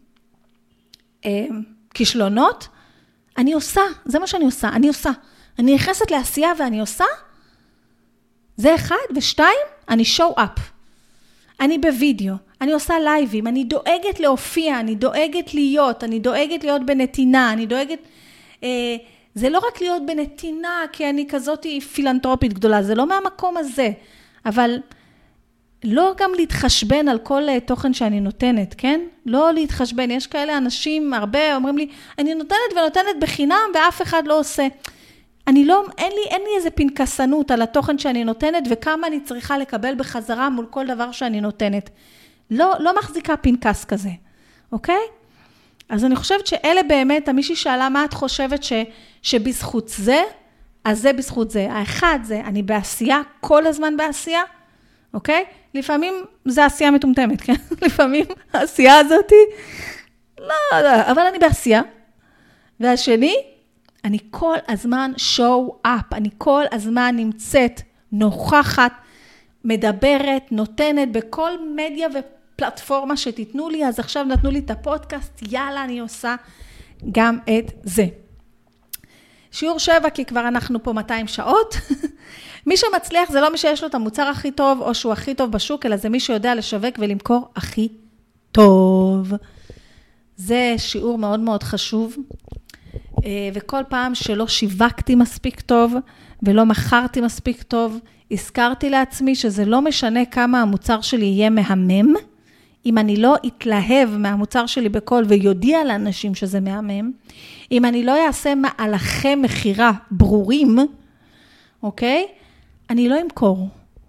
כישלונות, אני עושה, זה מה שאני עושה, אני נכנסת לעשייה ואני עושה, זה אחד, ושתיים, אני show up. אני בווידאו, אני עושה לייבים, אני דואגת להופיע, אני דואגת להיות בנתינה, אני דואגת, זה לא רק להיות בנתינה, כי אני כזאת פילנטרופית גדולה, זה לא מהמקום הזה, אבל לא גם להתחשבן על כל תוכן שאני נותנת, כן? לא להתחשבן. יש כאלה אנשים, הרבה אומרים לי, אני נותנת בחינם ואף אחד לא עושה. אין לי איזה פנקסנות על התוכן שאני נותנת וכמה אני צריכה לקבל בחזרה מול כל דבר שאני נותנת. לא מחזיקה פנקס כזה, אוקיי? אז אני חושבת שאלה באמת, מישהי שאלה מה את חושבת שבזכות זה, אז זה בזכות זה. האחד זה, אני בעשייה, כל הזמן בעשייה, אוקיי? לפעמים זה עשייה מטומטמת, כן? לפעמים העשייה הזאת, לא, אבל אני בעשייה. והשני, אני כל הזמן show up, אני כל הזמן נמצאת, נוכחת, מדברת, נותנת בכל מדיה ופלטפורמה שתיתנו לי, אז עכשיו נתנו לי את הפודקאסט, יאללה, אני עושה גם את זה. שיעור 7, כי כבר אנחנו פה 200 שעות. מי שמצליח זה לא מי שיש לו את המוצר הכי טוב, או שהוא הכי טוב בשוק, אלא זה מי שיודע לשווק ולמכור הכי טוב. זה שיעור מאוד מאוד חשוב. וכל פעם שלא שיווקתי מספיק טוב, ולא מכרתי מספיק טוב, הזכרתי לעצמי שזה לא משנה כמה המוצר שלי יהיה מהמם, אם אני לא אתלהב מהמוצר שלי בכל ויודיע לאנשים שזה מהמם, אם אני לא אעשה מהלכי מחירה ברורים, אוקיי? אני לא אמכור.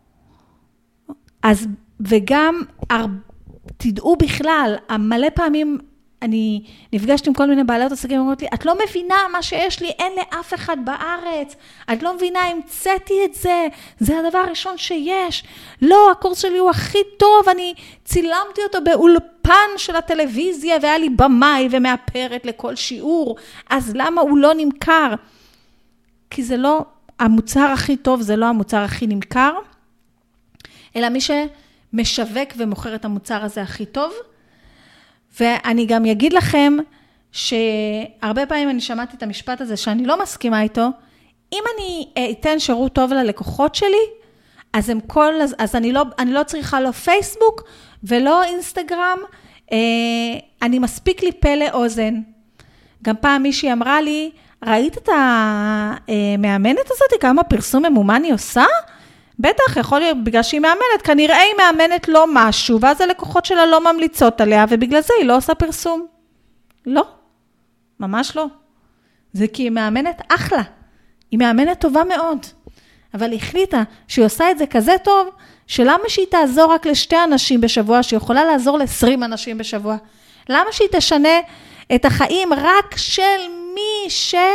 אז, וגם, תדעו בכלל, מלא פעמים אני נפגשתי עם כל מיני בעלות עסקים, אומרות לי, את לא מבינה מה שיש לי, אין לאף אחד בארץ, את לא מבינה, המצאתי את זה, זה הדבר הראשון שיש, לא, הקורס שלי הוא הכי טוב, אני צילמתי אותו באולפן של הטלוויזיה, והיה לי במאי ומאפרת לכל שיעור, אז למה הוא לא נמכר? כי זה לא, המוצר הכי טוב זה לא המוצר הכי נמכר, אלא מי שמשווק ומוכר את המוצר הזה הכי טוב, ואני גם אגיד לכם שהרבה פעמים אני שמעתי את המשפט הזה שאני לא מסכימה איתו, אם אני אתן שירות טוב ללקוחות שלי, אז אני לא צריכה לא פייסבוק ולא אינסטגרם, אני מספיק לי פה לאוזן. גם פעם מישהי אמרה לי, ראית את המאמנת הזאת, כמה פרסום ממומן היא עושה? בטח, יכול להיות, בגלל שהיא מאמנת, כנראה היא מאמנת לא משהו, ואז הלקוחות שלה לא ממליצות עליה, ובגלל זה היא לא עושה פרסום. לא, ממש לא. זה כי היא מאמנת אחלה. היא מאמנת טובה מאוד. אבל היא החליטה שהיא עושה את זה כזה טוב, שלמה שהיא תעזור רק לשתי אנשים בשבוע, שיכולה לעזור ל20 אנשים בשבוע? למה שהיא תשנה את החיים רק של מי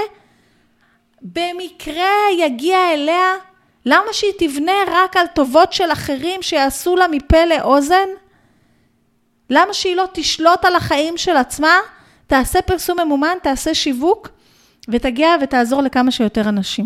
שבמקרה יגיע אליה, למה שהיא תבנה רק על טובות של אחרים שיעשו לה מפה לאוזן? למה שהיא לא תשלוט על החיים של עצמה, תעשה פרסום ממומן, תעשה שיווק, ותגיע ותעזור לכמה שיותר אנשים?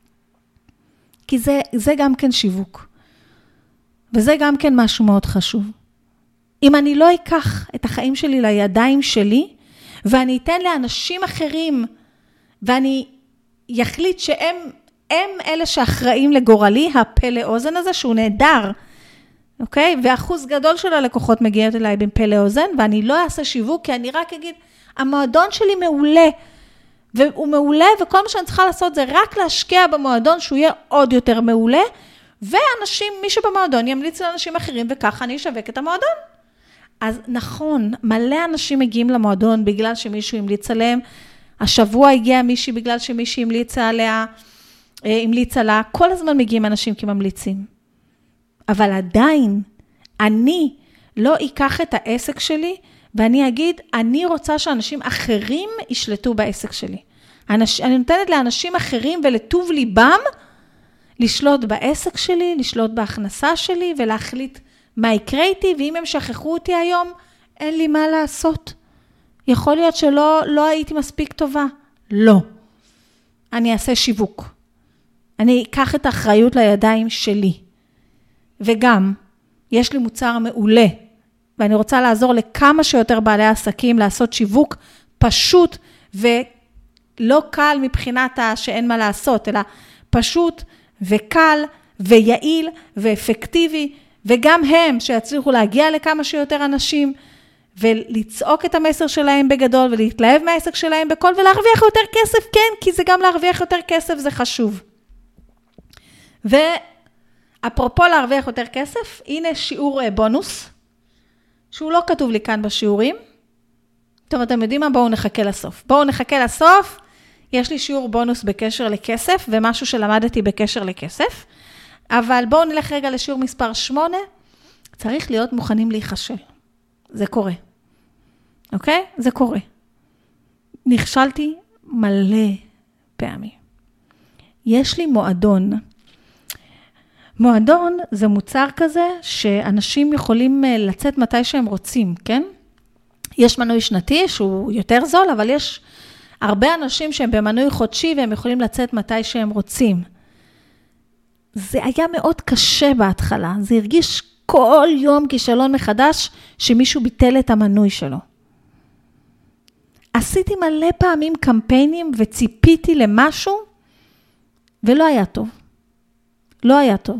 כי זה גם כן שיווק. וזה גם כן משהו מאוד חשוב. אם אני לא אקח את החיים שלי לידיים שלי, ואני אתן לאנשים אחרים, ואני יחליט שהם אלה שאחראים לגורלי, הפה לאוזן הזה, שהוא נהדר, אוקיי? ואחוז גדול של הלקוחות מגיעות אליי בין פה לאוזן, ואני לא אעשה שיווק, כי אני רק אגיד, המועדון שלי מעולה, והוא מעולה, וכל מה שאני צריכה לעשות זה רק להשקיע במועדון, שהוא יהיה עוד יותר מעולה, ואנשים, מי שבמועדון ימליץ לאנשים אחרים, וככה אני אשווק את המועדון. אז נכון, מלא אנשים מגיעים למועדון, בגלל שמישהו המליץ עליהם, השבוע הגיע מישהי בגלל שמישהי המליצה לה, כל הזמן מגיעים אנשים כממליצים. אבל עדיין, אני לא אקח את העסק שלי, ואני אגיד, אני רוצה שאנשים אחרים ישלטו בעסק שלי. אני נותנת לאנשים אחרים ולטוב ליבם, לשלוט בעסק שלי, לשלוט בהכנסה שלי, ולהחליט מה יקרה איתי, ואם הם שכחו אותי היום, אין לי מה לעשות. יכול להיות שלא הייתי מספיק טובה. לא. אני אעשה שיווק. אני אקח את האחריות לידיים שלי. וגם, יש לי מוצר מעולה, ואני רוצה לעזור לכמה שיותר בעלי עסקים לעשות שיווק פשוט ולא קל מבחינת שאין מה לעשות, אלא פשוט וקל ויעיל ואפקטיבי, וגם הם שיצליחו להגיע לכמה שיותר אנשים, ולצעוק את המסר שלהם בגדול, ולהתלהב מהעסק שלהם בכל, ולהרוויח יותר כסף, כן, כי זה גם להרוויח יותר כסף, זה חשוב. אפרופו להרוויח יותר כסף, הנה שיעור בונוס, שהוא לא כתוב לי כאן בשיעורים. טוב, אתם יודעים מה? בואו נחכה לסוף. יש לי שיעור בונוס בקשר לכסף, ומשהו שלמדתי בקשר לכסף, אבל בואו נלך רגע לשיעור מספר 8, צריך להיות מוכנים להיחשל. זה קורה. אוקיי? זה קורה. נכשלתי מלא פעמים. יש לי מועדון. מועדון זה מוצר כזה שאנשים יכולים לצאת מתי שהם רוצים, כן? יש מנוי שנתי שהוא יותר זול, אבל יש הרבה אנשים שהם במנוי חודשי והם יכולים לצאת מתי שהם רוצים. זה היה מאוד קשה בהתחלה, זה הרגיש כל יום כישלון מחדש שמישהו ביטל את המנוי שלו. עשיתי מלא פעמים קמפיינים וציפיתי למשהו ולא היה טוב. לא היה טוב.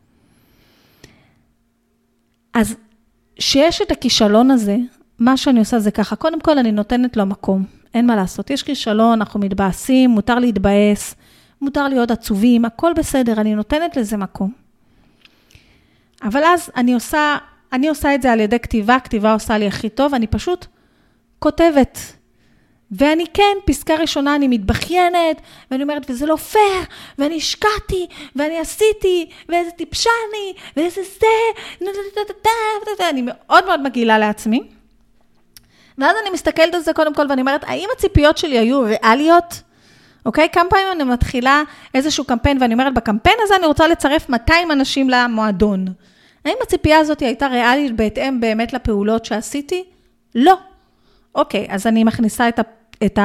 אז שיש את הכישלון הזה, מה שאני עושה זה ככה, קודם כל אני נותנת לו מקום, אין מה לעשות, יש כישלון, אנחנו מתבאסים, מותר להתבאס, מותר להיות עצובים, הכל בסדר, אני נותנת לזה מקום. אבל אז אני עושה את זה על ידי כתיבה, כתיבה עושה לי הכי טוב, אני פשוט כותבת, ואני כן, פסקה ראשונה אני מתבחיינת, ואני אומרת, וזה לא פייר, ואני השקעתי, ואני עשיתי, ואיזה טיפשה אני, ואיזה זה, אני מאוד מאוד מגעילה לעצמי. ואז אני מסתכלת על זה קודם כל, ואני אומרת, האם הציפיות שלי היו ריאליות? אוקיי? כמה פעמים אני מתחילה איזשהו קמפיין, ואני אומרת, בקמפיין הזה אני רוצה לצרף 200 אנשים למועדון. האם הציפייה הזאת הייתה ריאלית בהתאם באמת לפעולות שעשיתי? לא. אוקיי, אז אני מכניסה את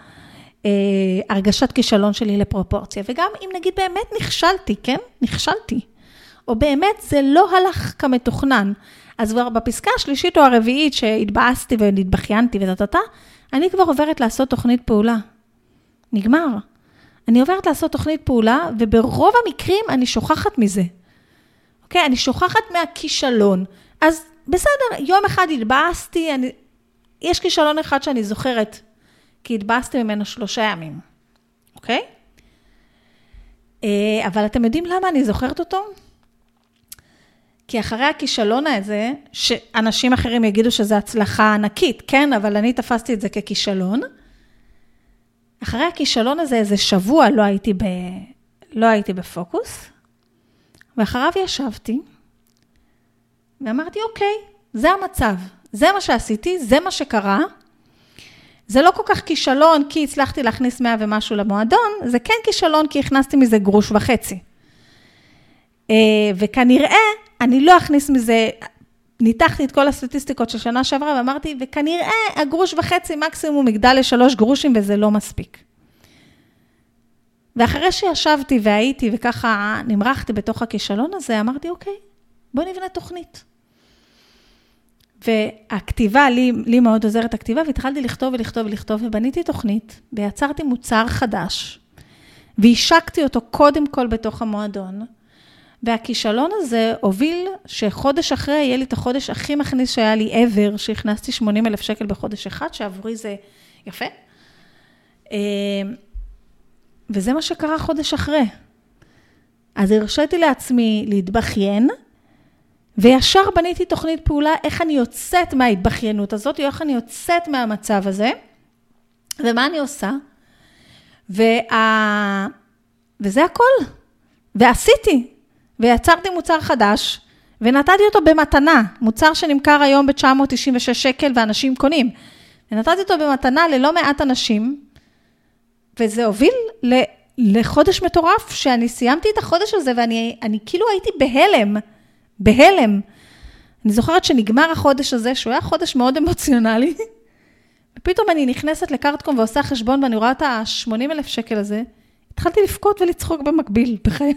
הרגשת כישלון שלי לפרופורציה, וגם אם נגיד באמת נכשלתי, כן? נכשלתי. או באמת זה לא הלך כמתוכנן. אז כבר בפסקה השלישית או הרביעית שהתבאסתי והתבחיינתי אני כבר עוברת לעשות תוכנית פעולה. נגמר. אני עוברת לעשות תוכנית פעולה, וברוב המקרים אני שוכחת מזה. אוקיי? אני שוכחת מהכישלון. אז בסדר, יום אחד התבאסתי, יש כישלון אחד שאני זוכרת, כי התבאסתי ממנו 3 ימים. אוקיי? אבל אתם יודעים למה אני זוכרת אותו? כי אחרי הכישלון הזה, שאנשים אחרים יגידו שזה הצלחה ענקית, כן, אבל אני תפסתי את זה ככישלון. אחרי הכישלון הזה, איזה שבוע לא הייתי בפוקוס, ואחריו ישבתי, ואמרתי, אוקיי, זה המצב, זה מה שעשיתי, זה מה שקרה, זה לא כל כך כישלון, כי הצלחתי להכניס 100 ומשהו למועדון, זה כן כישלון, כי הכנסתי מזה 1.5 גרוש. וכנראה, אני לא אכניס מזה, ניתחתי את כל הסטטיסטיקות של שנה שעברה, ואמרתי, וכנראה 1.5 גרוש מקסימום יגדל ל3 גרושים, וזה לא מספיק. ואחרי שישבתי והייתי, וככה נמרחתי בתוך הכישלון הזה, אמרתי, אוקיי, בוא נבנה תוכנית. והכתיבה, לי מאוד עוזרת הכתיבה, והתחלתי לכתוב, ובניתי תוכנית, ויצרתי מוצר חדש, והשקתי אותו קודם כל בתוך המועדון, והכישלון הזה הוביל שחודש אחרי יהיה לי את החודש הכי מכניס שהיה לי ever, שהכנסתי 80,000 שקל בחודש אחד, שעבורי זה יפה. וזה מה שקרה חודש אחרי. אז הרשיתי לעצמי להתבחיין, וישר בניתי תוכנית פעולה, איך אני יוצאת מההתבחיינות הזאת, או איך אני יוצאת מהמצב הזה, ומה אני עושה. וזה הכל. ועשיתי. ויצרתי מוצר חדש, ונתתי אותו במתנה, מוצר שנמכר היום ב-996 שקל, ואנשים קונים. ונתתי אותו במתנה ללא מעט אנשים, וזה הוביל לחודש מטורף, שאני סיימתי את החודש הזה, ואני כאילו הייתי בהלם. אני זוכרת שנגמר החודש הזה, שהוא היה חודש מאוד אמוציונלי, ופתאום אני נכנסת לקארטקום, ועושה חשבון, ואני רואה את ה-80,000 שקל הזה, התחלתי לפקוט ולצחוק במקביל, בחיי.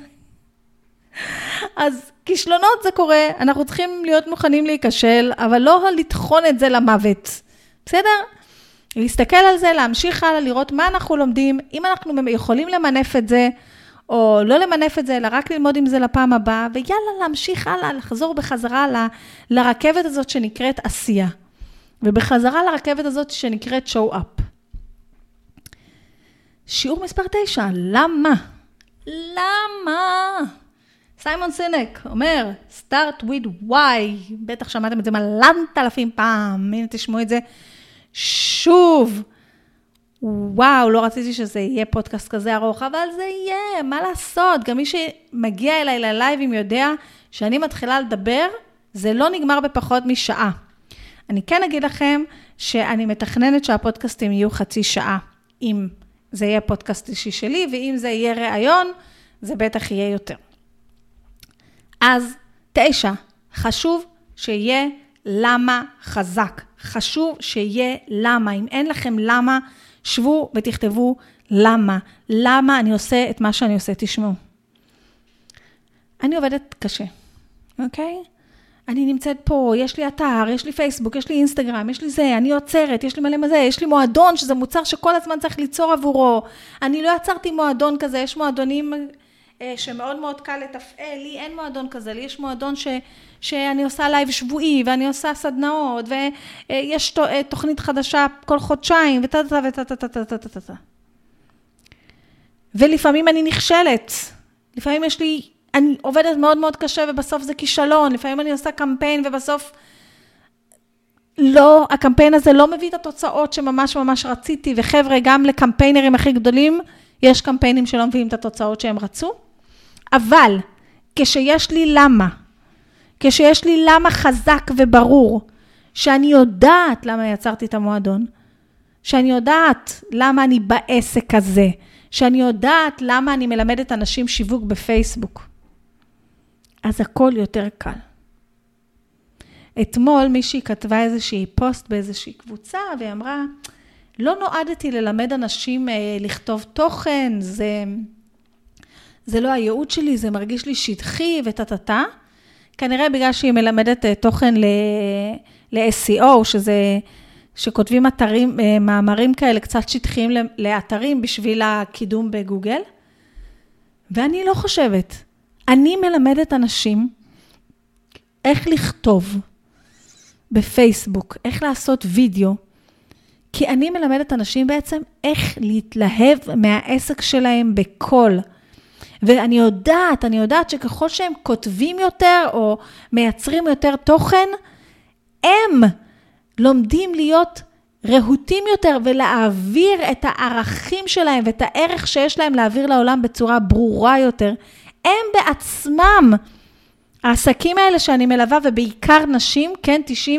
אז כישלונות זה קורה, אנחנו צריכים להיות מוכנים להיכשל, אבל לא לטחון את זה למוות. בסדר? להסתכל על זה, להמשיך הלאה, לראות מה אנחנו לומדים, אם אנחנו יכולים למנף את זה, או לא למנף את זה, אלא רק ללמוד עם זה לפעם הבאה, ויאללה, להמשיך הלאה, לחזור בחזרה לרכבת הזאת שנקראת עשייה. ובחזרה לרכבת הזאת שנקראת show up. שיעור מספר 9, למה? סיימון סינק אומר, start with why. בטח שמעתם את זה 1,000 פעם. הנה תשמעו את זה שוב. וואו, לא רציתי שזה יהיה פודקאסט כזה ארוך, אבל זה יהיה, מה לעשות? גם מי שמגיע אליי ללייבים יודע שאני מתחילה לדבר, זה לא נגמר בפחות משעה. אני כן אגיד לכם שאני מתכננת שהפודקאסטים יהיו חצי שעה, אם זה יהיה פודקאסט אישי שלי, ואם זה יהיה ראיון, זה בטח יהיה יותר. אז 9, חשוב שיהיה למה חזק. חשוב שיהיה למה. אם אין לכם למה, שבו ותכתבו למה. למה אני עושה את מה שאני עושה, תשמעו. אני עובדת קשה, אוקיי? אני נמצאת פה, יש לי אתר, יש לי פייסבוק, יש לי אינסטגרם, יש לי זה, אני יוצרת, יש לי מלא מזה, יש לי מועדון, שזה מוצר שכל הזמן צריך ליצור עבורו. אני לא יצרתי מועדון כזה, יש מועדונים שמאוד מאוד קל לתפעל, לי אין מועדון כזה, לי יש מועדון שאני עושה לייב שבועי, ואני עושה סדנאות, ויש תוכנית חדשה כל חודשיים, ולפעמים אני נכשלת, לפעמים יש לי, אני עובדת מאוד מאוד קשה, ובסוף זה כישלון, לפעמים אני עושה קמפיין, ובסוף לא, הקמפיין הזה לא מביא את התוצאות שממש ממש רציתי, וחבר'ה, גם לקמפיינרים הכי גדולים, יש קמפיינים שלא מביאים את התוצאות שהם רצו, אבל כשיש לי למה חזק וברור, שאני יודעת למה יצרתי את המועדון, שאני יודעת למה אני בעסק הזה, שאני יודעת למה אני מלמדת אנשים שיווק בפייסבוק, אז הכל יותר קל. אתמול מישהי כתבה איזושהי פוסט באיזושהי קבוצה, והיא אמרה, לא נועדתי ללמד אנשים לכתוב תוכן, זה לא הייעוד שלי, זה מרגיש לי שטחי וטטטה. כנראה בגלל שהיא מלמדת תוכן ל-SEO, שכותבים מאמרים כאלה קצת שטחיים לאתרים בשביל הקידום בגוגל. ואני לא חושבת. אני מלמדת אנשים איך לכתוב בפייסבוק, איך לעשות וידאו, כי אני מלמדת אנשים בעצם איך להתלהב מהעסק שלהם בכל. ואני יודעת שככל שהם כותבים יותר או מייצרים יותר תוכן, הם לומדים להיות רהוטים יותר ולהעביר את הערכים שלהם ואת הערך שיש להם להעביר לעולם בצורה ברורה יותר. הם בעצמם, העסקים האלה שאני מלווה ובעיקר נשים, כן,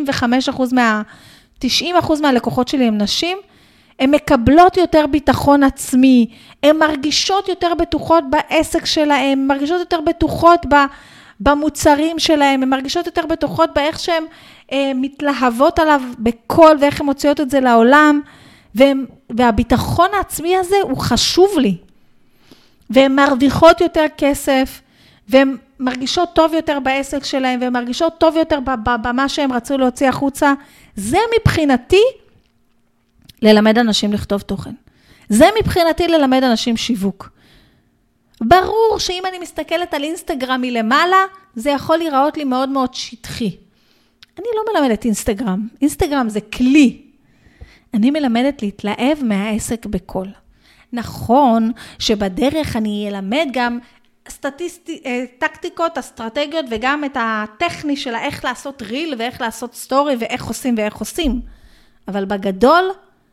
90% מהלקוחות שלי הם נשים, הן מקבלות יותר ביטחון עצמי, הן מרגישות יותר בטוחות בעסק שלהן, הן מרגישות יותר בטוחות במוצרים שלהן, הן מרגישות יותר בטוחות באיך שהן מתלהבות עליו בכל ואיך הן מוציאות את זה לעולם, והביטחון העצמי הזה הוא חשוב לי. והן מרוויחות יותר כסף, והן מרגישות טוב יותר בעסק שלהן, והן מרגישות טוב יותר במה שהן רצו להוציא החוצה. זה מבחינתי ללמד אנשים לכתוב תוכן. זה מבחינתי ללמד אנשים שיווק. ברור שאם אני מסתכלת על אינסטגרם מלמעלה, זה יכול להיראות לי מאוד מאוד שטחי. אני לא מלמדת אינסטגרם. אינסטגרם זה כלי. אני מלמדת להתלהב מהעסק בכל. נכון שבדרך אני אלמד גם טקטיקות, אסטרטגיות, וגם את הטכני של איך לעשות ריל, ואיך לעשות סטורי, ואיך עושים. אבל בגדול,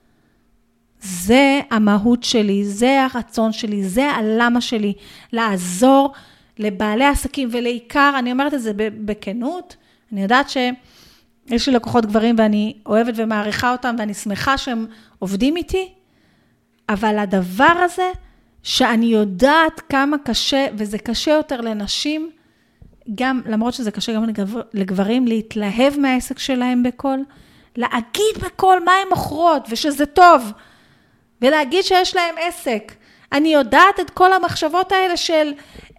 זה המהות שלי, זה הרצון שלי, זה הלמה שלי, לעזור לבעלי עסקים, ולעיקר, אני אומרת את זה בכנות, אני יודעת שיש לי לקוחות גברים, ואני אוהבת ומעריכה אותם, ואני שמחה שהם עובדים איתי, אבל הדבר הזה, שאני יודעת כמה קשה, וזה קשה יותר לנשים, גם, למרות שזה קשה גם לגברים, להתלהב מהעסק שלהם בכל, להגיד בכל מה הם מוכרות, ושזה טוב, ולהגיד שיש להם עסק. אני יודעת את כל המחשבות האלה של,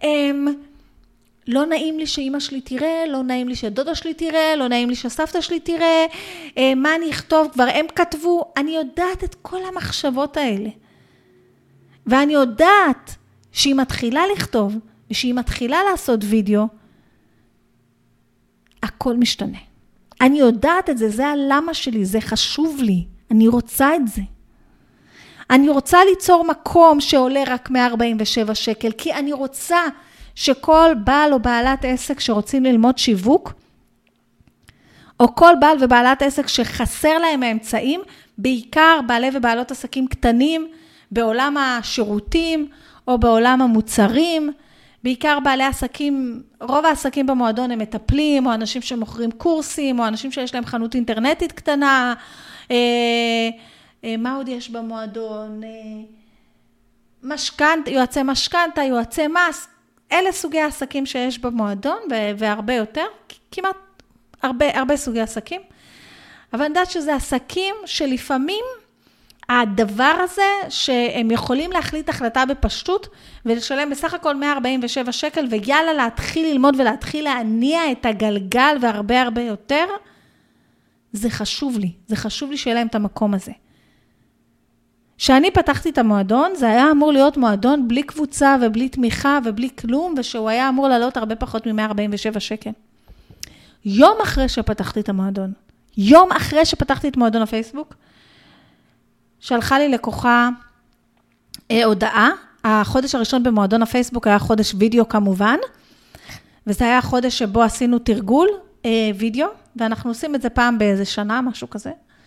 לא נעים לי שאמא שלי תראה, לא נעים לי שדודה שלי תראה, לא נעים לי שסבתא שלי תראה, מה אני אכתוב, כבר הם כתבו, אני יודעת את כל המחשבות האלה. ואני יודעת שהיא מתחילה לכתוב, ושהיא מתחילה לעשות וידאו, הכל משתנה. אני יודעת את זה, זה הלמה שלי, זה חשוב לי, אני רוצה את זה. אני רוצה ליצור מקום שעולה רק 147 שקל, כי אני רוצה שכל בעל או בעלת עסק שרוצים ללמוד שיווק, או כל בעל ובעלת עסק שחסר להם האמצעים, בעיקר בעלי ובעלות עסקים קטנים, בעולם השירותים או בעולם המוצרים, בעיקר בעלי עסקים, רוב העסקים במועדון הם מטפלים, או אנשים שמוכרים קורסים, או אנשים שיש להם חנות אינטרנטית קטנה, מה עוד יש במועדון? יועצי משכנתא, יועצי מס, אלה סוגי העסקים שיש במועדון, והרבה יותר, כמעט הרבה סוגי עסקים. אבל אני יודעת שזה עסקים שלפעמים הדבר הזה שהם יכולים להחליט החלטה בפשטות ולשלם בסך הכל 147 שקל ויאללה להתחיל ללמוד ולהתחיל להניע את הגלגל והרבה יותר, זה חשוב לי. זה חשוב לי שיהיה להם את המקום הזה. כשאני פתחתי את המועדון, זה היה אמור להיות מועדון בלי קבוצה ובלי תמיכה ובלי כלום, ושהוא היה אמור לעלות הרבה פחות מ-147 שקל. יום אחרי שפתחתי את המועדון, יום אחרי שפתחתי את מועדון הפייסבוק, שלחה לי לקוחה הודעה. החודש הראשון במועדון הפייסבוק היה חודש וידאו כמובן, וזה היה החודש שבו עשינו תרגול וידאו, ואנחנו עושים את זה פעם באיזה שנה, משהו כזה.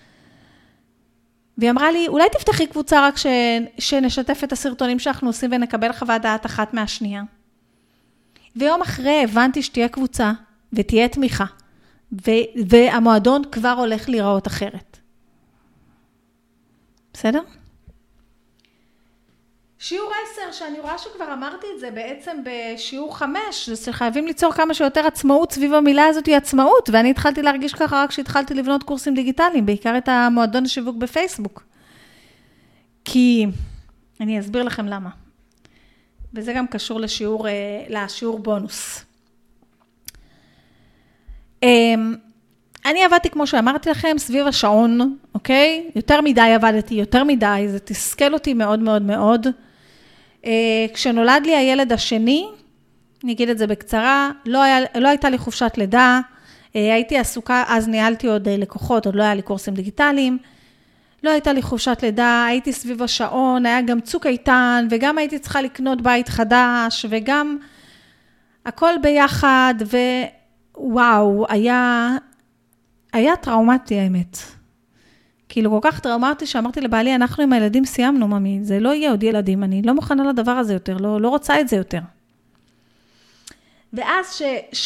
והיא אמרה לי, אולי תפתחי קבוצה רק שנשתף את הסרטונים שאנחנו עושים ונקבל חוות דעת אחת מהשנייה. ויום אחרי הבנתי שתהיה קבוצה ותהיה תמיכה, והמועדון כבר הולך להיראות אחרת. בסדר? שיעור 10, שאני רואה שכבר אמרתי את זה בעצם בשיעור 5, זה שחייבים ליצור כמה שיותר עצמאות סביב המילה הזאת היא עצמאות, ואני התחלתי להרגיש ככה רק כשהתחלתי לבנות קורסים דיגיטליים, בעיקר את המועדון השיווק בפייסבוק. כי אני אסביר לכם למה. וזה גם קשור לשיעור בונוס. אני עבדתי, כמו שאמרתי לכם, סביב השעון, אוקיי? יותר מדי עבדתי, יותר מדי, זה תסכל אותי מאוד מאוד מאוד. כשנולד לי הילד השני, אני אגיד את זה בקצרה, לא הייתה לי חופשת לידה, הייתי עסוקה, אז ניהלתי עוד לקוחות, עוד לא היה לי קורסים דיגיטליים, לא הייתה לי חופשת לידה, הייתי סביב השעון, היה גם צוק איתן, וגם הייתי צריכה לקנות בית חדש, וגם הכל ביחד, ווואו, היה טראומטי האמת. כאילו כל כך טראומטי שאמרתי לבעלי, אנחנו עם הילדים סיימנו, ממי, זה לא יהיה עוד ילדים, אני לא מוכנה לדבר הזה יותר, לא רוצה את זה יותר. ואז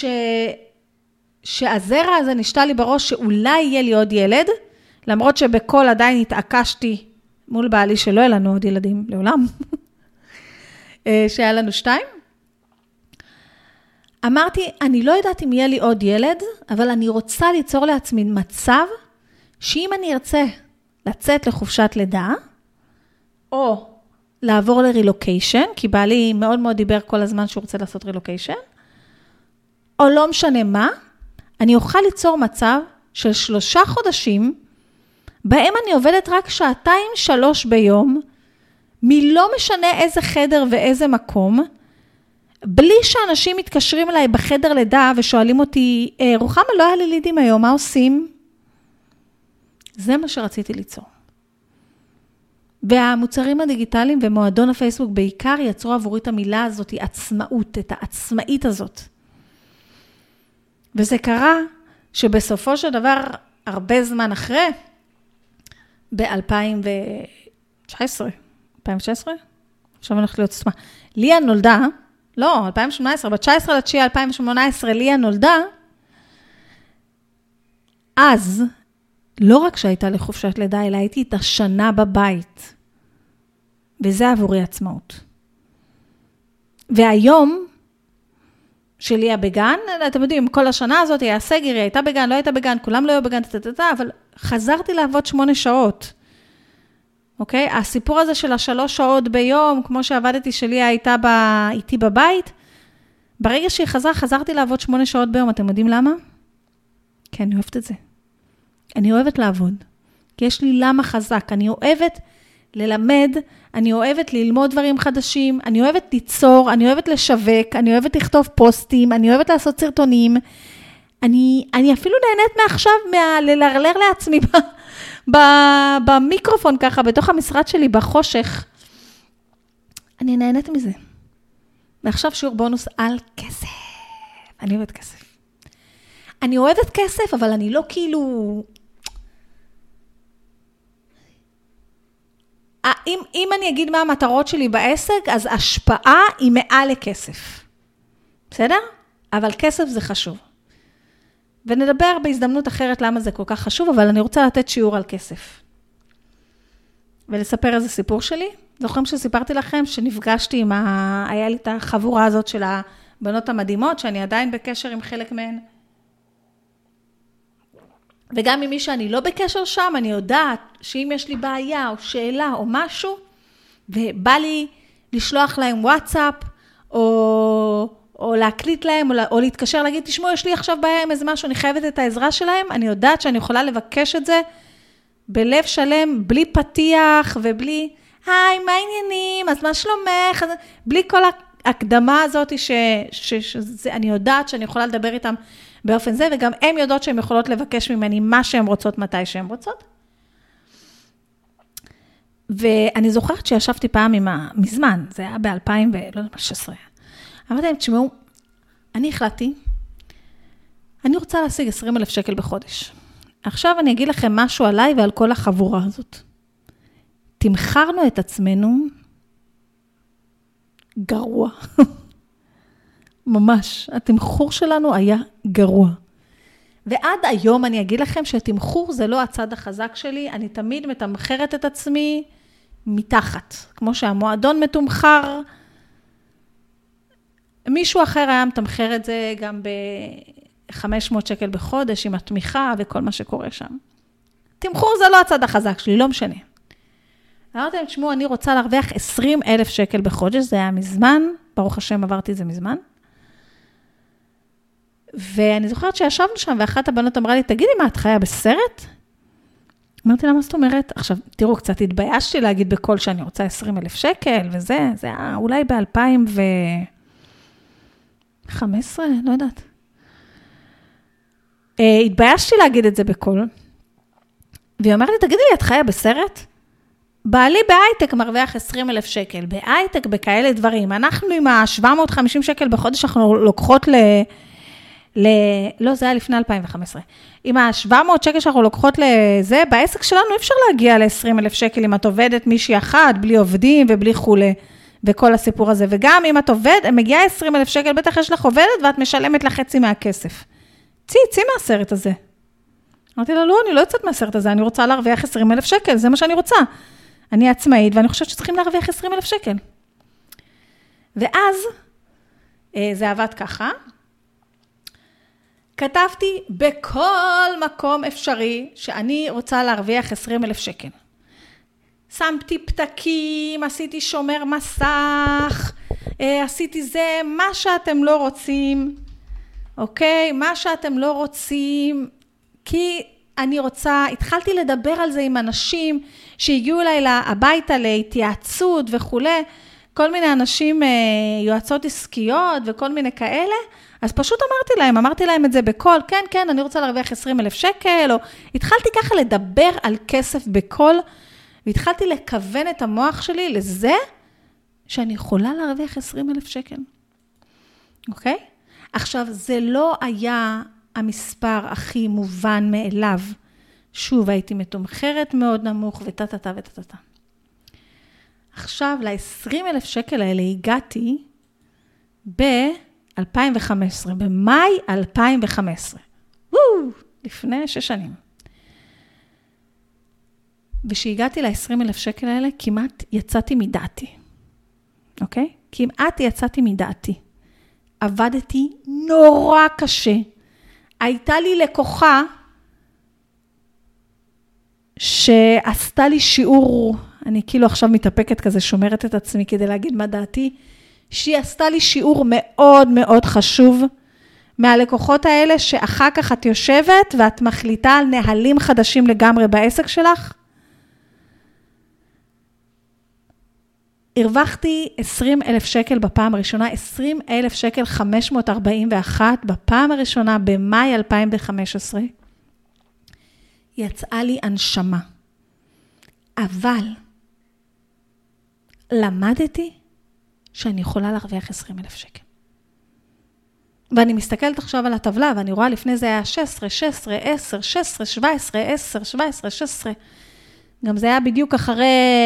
שהזרע הזה נשתה לי בראש שאולי יהיה לי עוד ילד, למרות שבכל עדיין התעקשתי מול בעלי שלא יהיה לנו עוד ילדים לעולם, שהיה לנו 2. אמרתי, אני לא יודעת אם יהיה לי עוד ילד, אבל אני רוצה ליצור לעצמי מצב, שאם אני ארצה לצאת לחופשת לידה, או לעבור לרילוקיישן, כי בעלי מאוד מאוד דיבר כל הזמן שהוא רוצה לעשות רילוקיישן, או לא משנה מה, אני אוכל ליצור מצב של 3 חודשים, בהם אני עובדת רק 2-3 ביום, מלא משנה איזה חדר ואיזה מקום, בלי שאנשים מתקשרים אליי בחדר לידה ושואלים אותי, רוחמה, לא היה לי לידים היום, מה עושים? זה מה שרציתי ליצור. והמוצרים הדיגיטליים ומועדון הפייסבוק בעיקר יצרו עבורי את המילה הזאת, עצמאות, את העצמאית הזאת. וזה קרה שבסופו של דבר, הרבה זמן אחרי, ב-2019, עכשיו אני הולכת להיות סתמה, ליה נולדה, לא, 2018, ב-19/9/2018 ליה נולדה, אז, לא רק שהייתה לחופשת לידה, אלא הייתי את השנה בבית. וזה עבורי עצמאות. והיום, שליה בגן, אתם יודעים, כל השנה הזאת היה סגר, היא הייתה בגן, לא הייתה בגן, כולם לא היו בגן, אבל חזרתי לעבוד 8 שעות. אוקיי? הסיפור הזה של 3 שעות ביום, כמו שעבדתי שליה הייתה איתי בבית, ברגע שהיא חזרתי לעבוד 8 שעות ביום, אתם יודעים למה? כי אני אוהבת את זה. אני אוהבת לעבוד. כי יש לי למה חזק. אני אוהבת ללמד, אני אוהבת ללמוד דברים חדשים, אני אוהבת ליצור, אני אוהבת לשווק, אני אוהבת לכתוב פוסטים, אני אוהבת לעשות סרטונים. אני אפילו נהנית מעכשיו ללרלר לעצמי במיקרופון ככה, בתוך המשרד שלי, בחושך. אני נהנית מזה. ועכשיו שיעור בונוס על כסף. אני אוהבת כסף. אני אוהבת כסף, אבל אני לא כאילו... אם אני אגיד מה המטרות שלי בעסק, אז השפעה היא מעל לכסף. בסדר? אבל כסף זה חשוב. ונדבר בהזדמנות אחרת למה זה כל כך חשוב, אבל אני רוצה לתת שיעור על כסף. ולספר איזה סיפור שלי. זוכרים שסיפרתי לכם שנפגשתי עם היה לי את החבורה הזאת של הבנות המדהימות, שאני עדיין בקשר עם חלק מהן. וגם עם מי שאני לא בקשר שם, אני יודעת שאם יש לי בעיה או שאלה או משהו, ובא לי לשלוח להם וואטסאפ, או להקליט להם, או להתקשר, להגיד, תשמעו, יש לי עכשיו בעיה עם איזה משהו, אני חייבת את העזרה שלהם, אני יודעת שאני יכולה לבקש את זה, בלב שלם, בלי פתיח, ובלי, היי, מה העניינים, אז מה שלומך, בלי כל ההקדמה הזאת, שאני יודעת שאני יכולה לדבר איתם באופן זה, וגם הן יודעות שהן יכולות לבקש ממני מה שהן רוצות, מתי שהן רוצות. ואני זוכרת שישבתי פעם מזמן, זה היה ב-2016. אמרתי להם, תשמעו, אני החלטתי, אני רוצה להשיג 20,000 שקל בחודש. עכשיו אני אגיד לכם משהו עליי ועל כל החבורה הזאת. תמחרנו את עצמנו גרוע. ממש, התמחור שלנו היה גרוע. ועד היום אני אגיד לכם שהתמחור זה לא הצד החזק שלי, אני תמיד מתמחרת את עצמי מתחת. כמו שהמועדון מתומחר, מישהו אחר היה מתמחר את זה גם ב-500 שקל בחודש עם התמיכה וכל מה שקורה שם. תמחור זה לא הצד החזק שלי, לא משנה. אמרתי להם, תשמעו, אני רוצה להרוויח 20,000 שקל בחודש, זה היה מזמן, ברוך השם עברתי את זה מזמן. ואני זוכרת שישבנו שם, ואחת הבנות אמרה לי, תגידי מה, את חיה בסרט? אמרתי לה, מה זאת אומרת? עכשיו, תראו, קצת התביישתי להגיד בכל שאני רוצה 20,000 שקל, וזה, זה היה אולי ב-2015, לא יודעת. התביישתי להגיד את זה בכל, והיא אומרת לי, תגידי לי, את חיה בסרט? בעלי בהייטק מרוויח 20,000 שקל, בהייטק בכאלה דברים, אנחנו עם ה-750 שקל בחודש, אנחנו לוקחות לא, זה היה לפני 2015. עם ה-700 שקל שאנחנו לוקחות לזה, בעסק שלנו אפשר להגיע ל-20,000 שקל אם את עובדת מישהי אחת, בלי עובדים ובלי חולה, וכל הסיפור הזה. וגם אם את עובדת, מגיעה 20,000 שקל, בטח יש לך עובדת, ואת משלמת לה חצי מהכסף. צאי מהסרט הזה. אמרתי לה, לא, אני לא יוצאת מהסרט הזה, אני רוצה להרוויח 20,000 שקל, זה מה שאני רוצה. אני עצמאית, ואני חושבת שצריכים להרוויח 20,000 שקל. ואז, זה עבד ככה, כתבתי בכל מקום אפשרי שאני רוצה להרוויח 20,000 שקל. שמתי פתקים, עשיתי שומר מסך, עשיתי זה, מה שאתם לא רוצים, אוקיי? מה שאתם לא רוצים, כי אני רוצה, התחלתי לדבר על זה עם אנשים שהגיעו אליי הביתה להתייעצות וכו', כל מיני אנשים, יועצות עסקיות וכל מיני כאלה, אז פשוט אמרתי להם את זה בכל, כן, אני רוצה להרוויח 20,000 שקל, או התחלתי ככה לדבר על כסף בכל, והתחלתי לכוון את המוח שלי לזה, שאני יכולה להרוויח 20,000 שקל. אוקיי? עכשיו, זה לא היה המספר הכי מובן מאליו. שוב, הייתי מתומחרת מאוד נמוך, וטטטה. עכשיו, ל-20,000 שקל האלה הגעתי ב-2015, במאי 2015. לפני 6 שנים. ושהגעתי ל-20,000 שקל האלה, כמעט יצאתי מדעתי. אוקיי? כמעט יצאתי מדעתי. עבדתי נורא קשה. הייתה לי לקוחה שעשתה לי שיעור, אני כאילו עכשיו מתאפקת כזה, שומרת את עצמי כדי להגיד מה דעתי, שהיא עשתה לי שיעור מאוד מאוד חשוב, מהלקוחות האלה שאחר כך את יושבת ואת מחליטה על נהלים חדשים לגמרי בעסק שלך. הרווחתי 20,000 שקל בפעם הראשונה, 20,000 שקל 541 בפעם הראשונה במאי 2015. יצאה לי הנשמה. אבל למדתי שאני יכולה להרוויח 20,000 שקל. ואני מסתכלת עכשיו על הטבלה, ואני רואה לפני זה היה 16, 16, 10, 16, 17, 10, 17, 16. גם זה היה בדיוק אחרי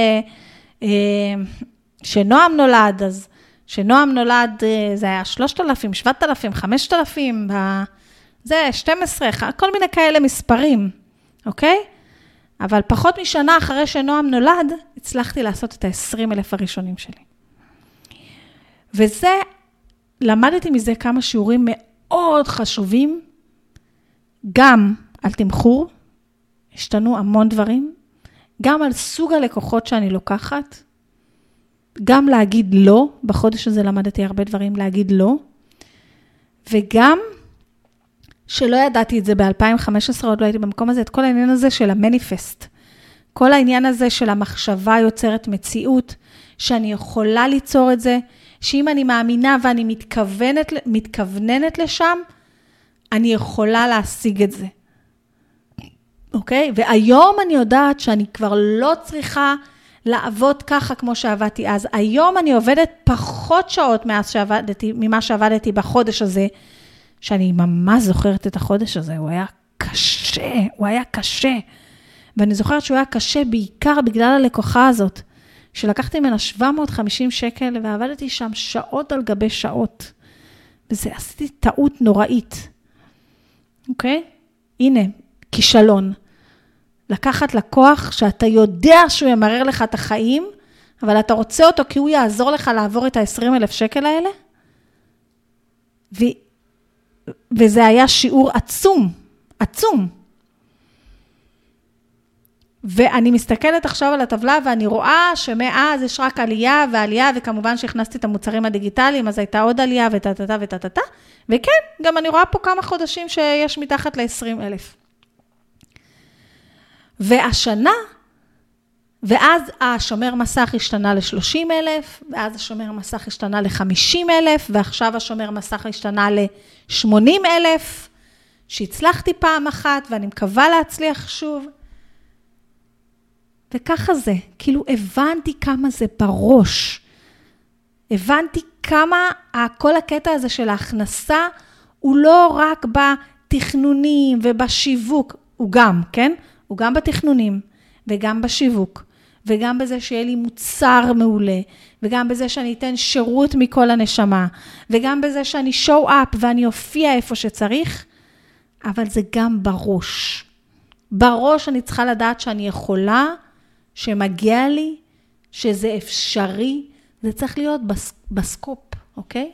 שנועם נולד, אז שנועם נולד זה היה 3,000, 7,000, 5,000, זה 12, כל מיני כאלה מספרים, אוקיי? אבל פחות משנה אחרי שנועם נולד, הצלחתי לעשות את ה-20,000 הראשונים שלי. וזה, למדתי מזה כמה שיעורים מאוד חשובים, גם על תמחור, השתנו המון דברים, גם על סוג הלקוחות שאני לוקחת, גם להגיד לא, בחודש הזה למדתי הרבה דברים להגיד לא, וגם שלא ידעתי את זה ב-2015, עוד לא הייתי במקום הזה, את כל העניין הזה של המניפסט, כל העניין הזה של המחשבה יוצרת מציאות, שאני יכולה ליצור את זה, שאם אני מאמינה ואני מתכווננת לשם, אני יכולה להשיג את זה. אוקיי? והיום אני יודעת שאני כבר לא צריכה לעבוד ככה כמו שעבדתי אז. היום אני עובדת פחות שעות ממה שעבדתי בחודש הזה, שאני ממש זוכרת את החודש הזה, הוא היה קשה, ואני זוכרת שהוא היה קשה בעיקר בגלל הלקוחה הזאת, שלקחתי ממנה 750 שקל, ועבדתי שם שעות על גבי שעות, וזה עשיתי טעות נוראית, אוקיי? הנה, כישלון, לקחת לקוח שאתה יודע שהוא ימרר לך את החיים, אבל אתה רוצה אותו כי הוא יעזור לך לעבור את ה-20,000 שקל האלה, וזה היה שיעור עצום. ואני מסתכלת עכשיו על הטבלה, ואני רואה שמאז יש רק עלייה ועלייה, וכמובן שהכנסתי את המוצרים הדיגיטליים, אז הייתה עוד עלייה ותתתה, וכן, גם אני רואה פה כמה חודשים שיש מתחת ל-20,000. והשנה, ואז השומר מסך השתנה ל-30,000, ואז השומר מסך השתנה ל-50,000, ועכשיו השומר מסך השתנה ל-80,000, שהצלחתי פעם אחת, ואני מקווה להצליח שוב. וככה זה, כאילו הבנתי כמה זה בראש. הבנתי כמה כל הקטע הזה של ההכנסה, הוא לא רק בתכנונים ובשיווק, הוא גם, כן? הוא גם בתכנונים וגם בשיווק, וגם בזה שיהיה לי מוצר מעולה, וגם בזה שאני אתן שירות מכל הנשמה, וגם בזה שאני show up ואני אופיע איפה שצריך, אבל זה גם בראש. בראש אני צריכה לדעת שאני יכולה, שמגיע לי, שזה אפשרי, זה צריך להיות בסקופ, אוקיי?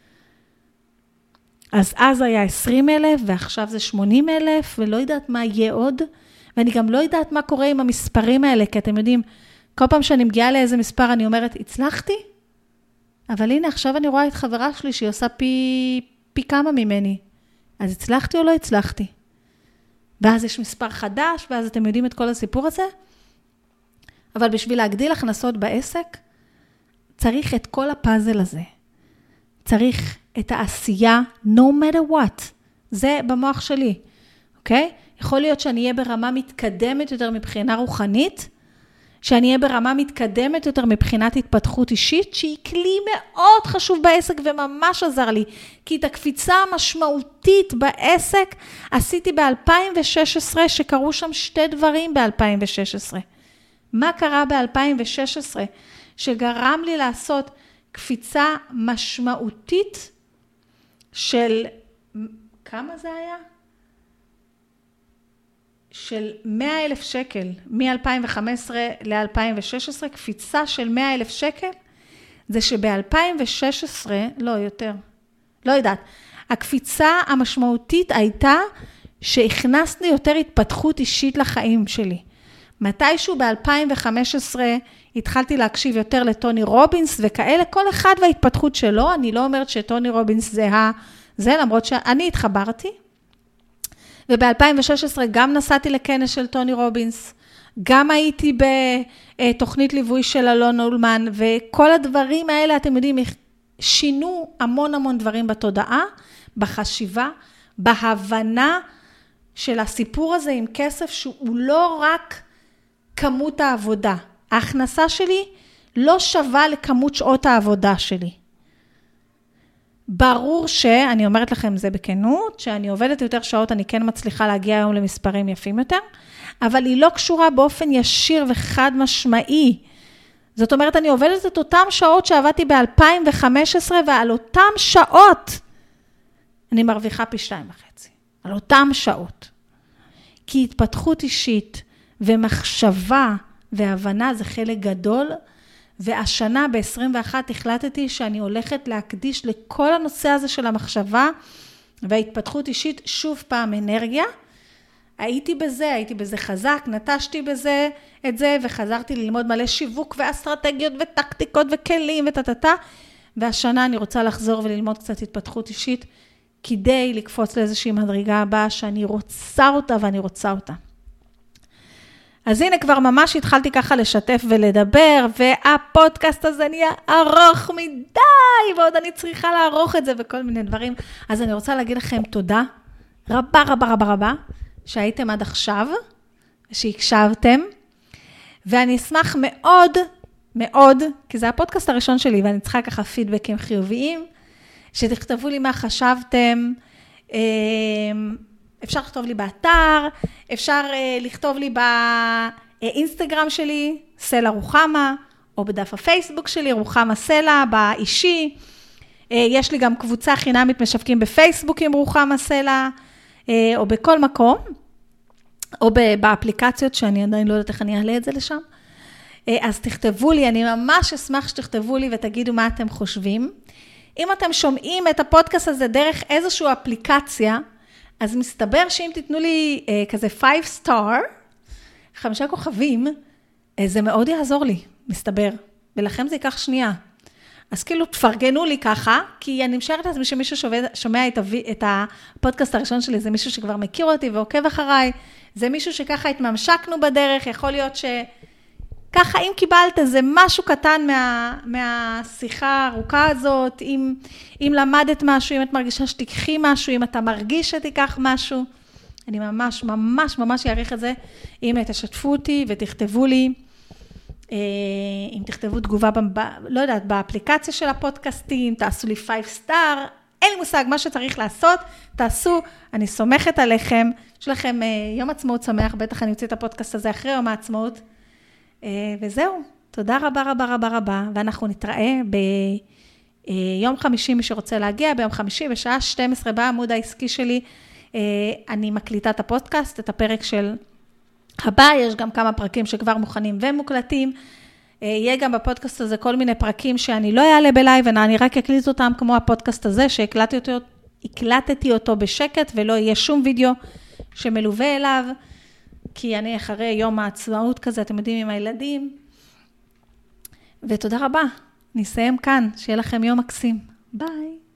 אז היה 20,000, ועכשיו זה 80,000, ולא יודעת מה יהיה עוד, ואני גם לא יודעת מה קורה עם המספרים האלה, כי אתם יודעים, כל פעם שאני מגיעה לאיזה מספר, אני אומרת, הצלחתי? אבל הנה, עכשיו אני רואה את חברה שלי, שהיא עושה פי כמה ממני. אז הצלחתי או לא הצלחתי? ואז יש מספר חדש, ואז אתם יודעים את כל הסיפור הזה? אבל בשביל להגדיל הכנסות בעסק, צריך את כל הפאזל הזה. צריך את העשייה, no matter what. זה במוח שלי, אוקיי? יכול להיות שאני אהיה ברמה מתקדמת יותר מבחינה רוחנית, שאני אהיה ברמה מתקדמת יותר מבחינת התפתחות אישית, שהיא כלי מאוד חשוב בעסק וממש עזר לי, כי את הקפיצה המשמעותית בעסק עשיתי ב-2016, שקרו שם שתי דברים ב-2016. מה קרה ב-2016 שגרם לי לעשות קפיצה משמעותית של, כמה זה היה? של 100,000 שקל, מ-2015 ל-2016, קפיצה של 100,000 שקל, זה שב-2016, לא יותר, לא יודעת, הקפיצה המשמעותית הייתה שהכנסתי יותר התפתחות אישית לחיים שלי. מתישהו ב-2015 התחלתי להקשיב יותר לטוני רובינס וכאלה, כל אחד וההתפתחות שלו, אני לא אומרת שטוני רובינס זה למרות שאני התחברתי, וב-2016 גם נסעתי לכנס של טוני רובינס, גם הייתי בתוכנית ליווי של אלון אולמן, וכל הדברים האלה, אתם יודעים, שינו המון דברים בתודעה, בחשיבה, בהבנה של הסיפור הזה עם כסף, שהוא לא רק כמות העבודה. ההכנסה שלי לא שווה לכמות שעות העבודה שלי. ברור שאני אומרת לכם זה בכנות, שאני עובדת יותר שעות, אני כן מצליחה להגיע היום למספרים יפים יותר, אבל היא לא קשורה באופן ישיר וחד משמעי. זאת אומרת, אני עובדת את אותם שעות שעבדתי ב-2015, ועל אותם שעות אני מרוויחה פי 2.5. על אותם שעות. כי התפתחות אישית ומחשבה והבנה זה חלק גדול, והשנה ב-21 החלטתי שאני הולכת להקדיש לכל הנושא הזה של המחשבה וההתפתחות אישית שוב פעם אנרגיה. הייתי בזה חזק, נטשתי בזה את זה וחזרתי ללמוד מלא שיווק ואסטרטגיות וטקטיקות וכלים וטטטה. והשנה אני רוצה לחזור וללמוד קצת התפתחות אישית כדי לקפוץ לאיזושהי מדרגה הבאה שאני רוצה אותה ואני רוצה אותה. אז הנה כבר ממש התחלתי ככה לשתף ולדבר, והפודקאסט הזה נהיה ארוך מדי, ועוד אני צריכה לערוך את זה וכל מיני דברים. אז אני רוצה להגיד לכם תודה רבה רבה רבה רבה, שהייתם עד עכשיו, שהקשבתם, ואני אשמח מאוד מאוד, כי זה הפודקאסט הראשון שלי, ואני צריכה ככה פידבקים חיוביים, שתכתבו לי מה חשבתם, אפשר לכתוב לי באתר, אפשר לכתוב לי באינסטגרם שלי, סלע רוחמה, או בדף הפייסבוק שלי, רוחמה סלע, באישי. יש לי גם קבוצה חינמית משווקים בפייסבוק עם רוחמה סלע, או בכל מקום, או באפליקציות שאני עדיין לא יודעת איך אני אעלה את זה לשם. אז תכתבו לי, אני ממש אשמח שתכתבו לי ותגידו מה אתם חושבים. אם אתם שומעים את הפודקאסט הזה דרך איזושהי אפליקציה, אז מסתבר שאם תיתנו לי כזה 5 star, 5 כוכבים, זה מאוד יעזור לי, מסתבר. ולכם זה ייקח שנייה. אז כאילו תפרגנו לי ככה, כי אני משערת לעצמי שמישהו שומע את הפודקאסט הראשון שלי, זה מישהו שכבר מכיר אותי ועוקב אחריי, זה מישהו שככה התממשקנו בדרך, יכול להיות ככה אם קיבלת איזה משהו קטן מהשיחה הארוכה הזאת, אם למדת משהו, אם את מרגישה שתיקחי משהו, אם אתה מרגיש שתיקח משהו, אני ממש ממש ממש אעריך את זה, אם תשתפו אותי ותכתבו לי, אם תכתבו תגובה, לא יודעת, באפליקציה של הפודקאסטים, תעשו לי 5 star, אין לי מושג, מה שצריך לעשות, תעשו, אני סומכת עליכם, יש לכם יום עצמאות שמח, בטח אני אוציא את הפודקאסט הזה אחרי יום העצמאות, וזהו, תודה רבה רבה רבה רבה, ואנחנו נתראה ביום חמישי, מי שרוצה להגיע, ביום חמישי בשעה 12 בעמוד העסקי שלי, אני מקליטה את הפודקאסט, את הפרק של הבא, יש גם כמה פרקים שכבר מוכנים ומוקלטים, יהיה גם בפודקאסט הזה כל מיני שאני לא אעלה בלייב, ואני רק אקליט אותם כמו הפודקאסט הזה, שהקלטתי אותו בשקט, ולא יהיה שום וידאו שמלווה אליו, כי אני אחרי יום העצמאות כזה, אתם יודעים, עם הילדים. ותודה רבה, נסיים כאן, שיהיה לכם יום מקסים. ביי.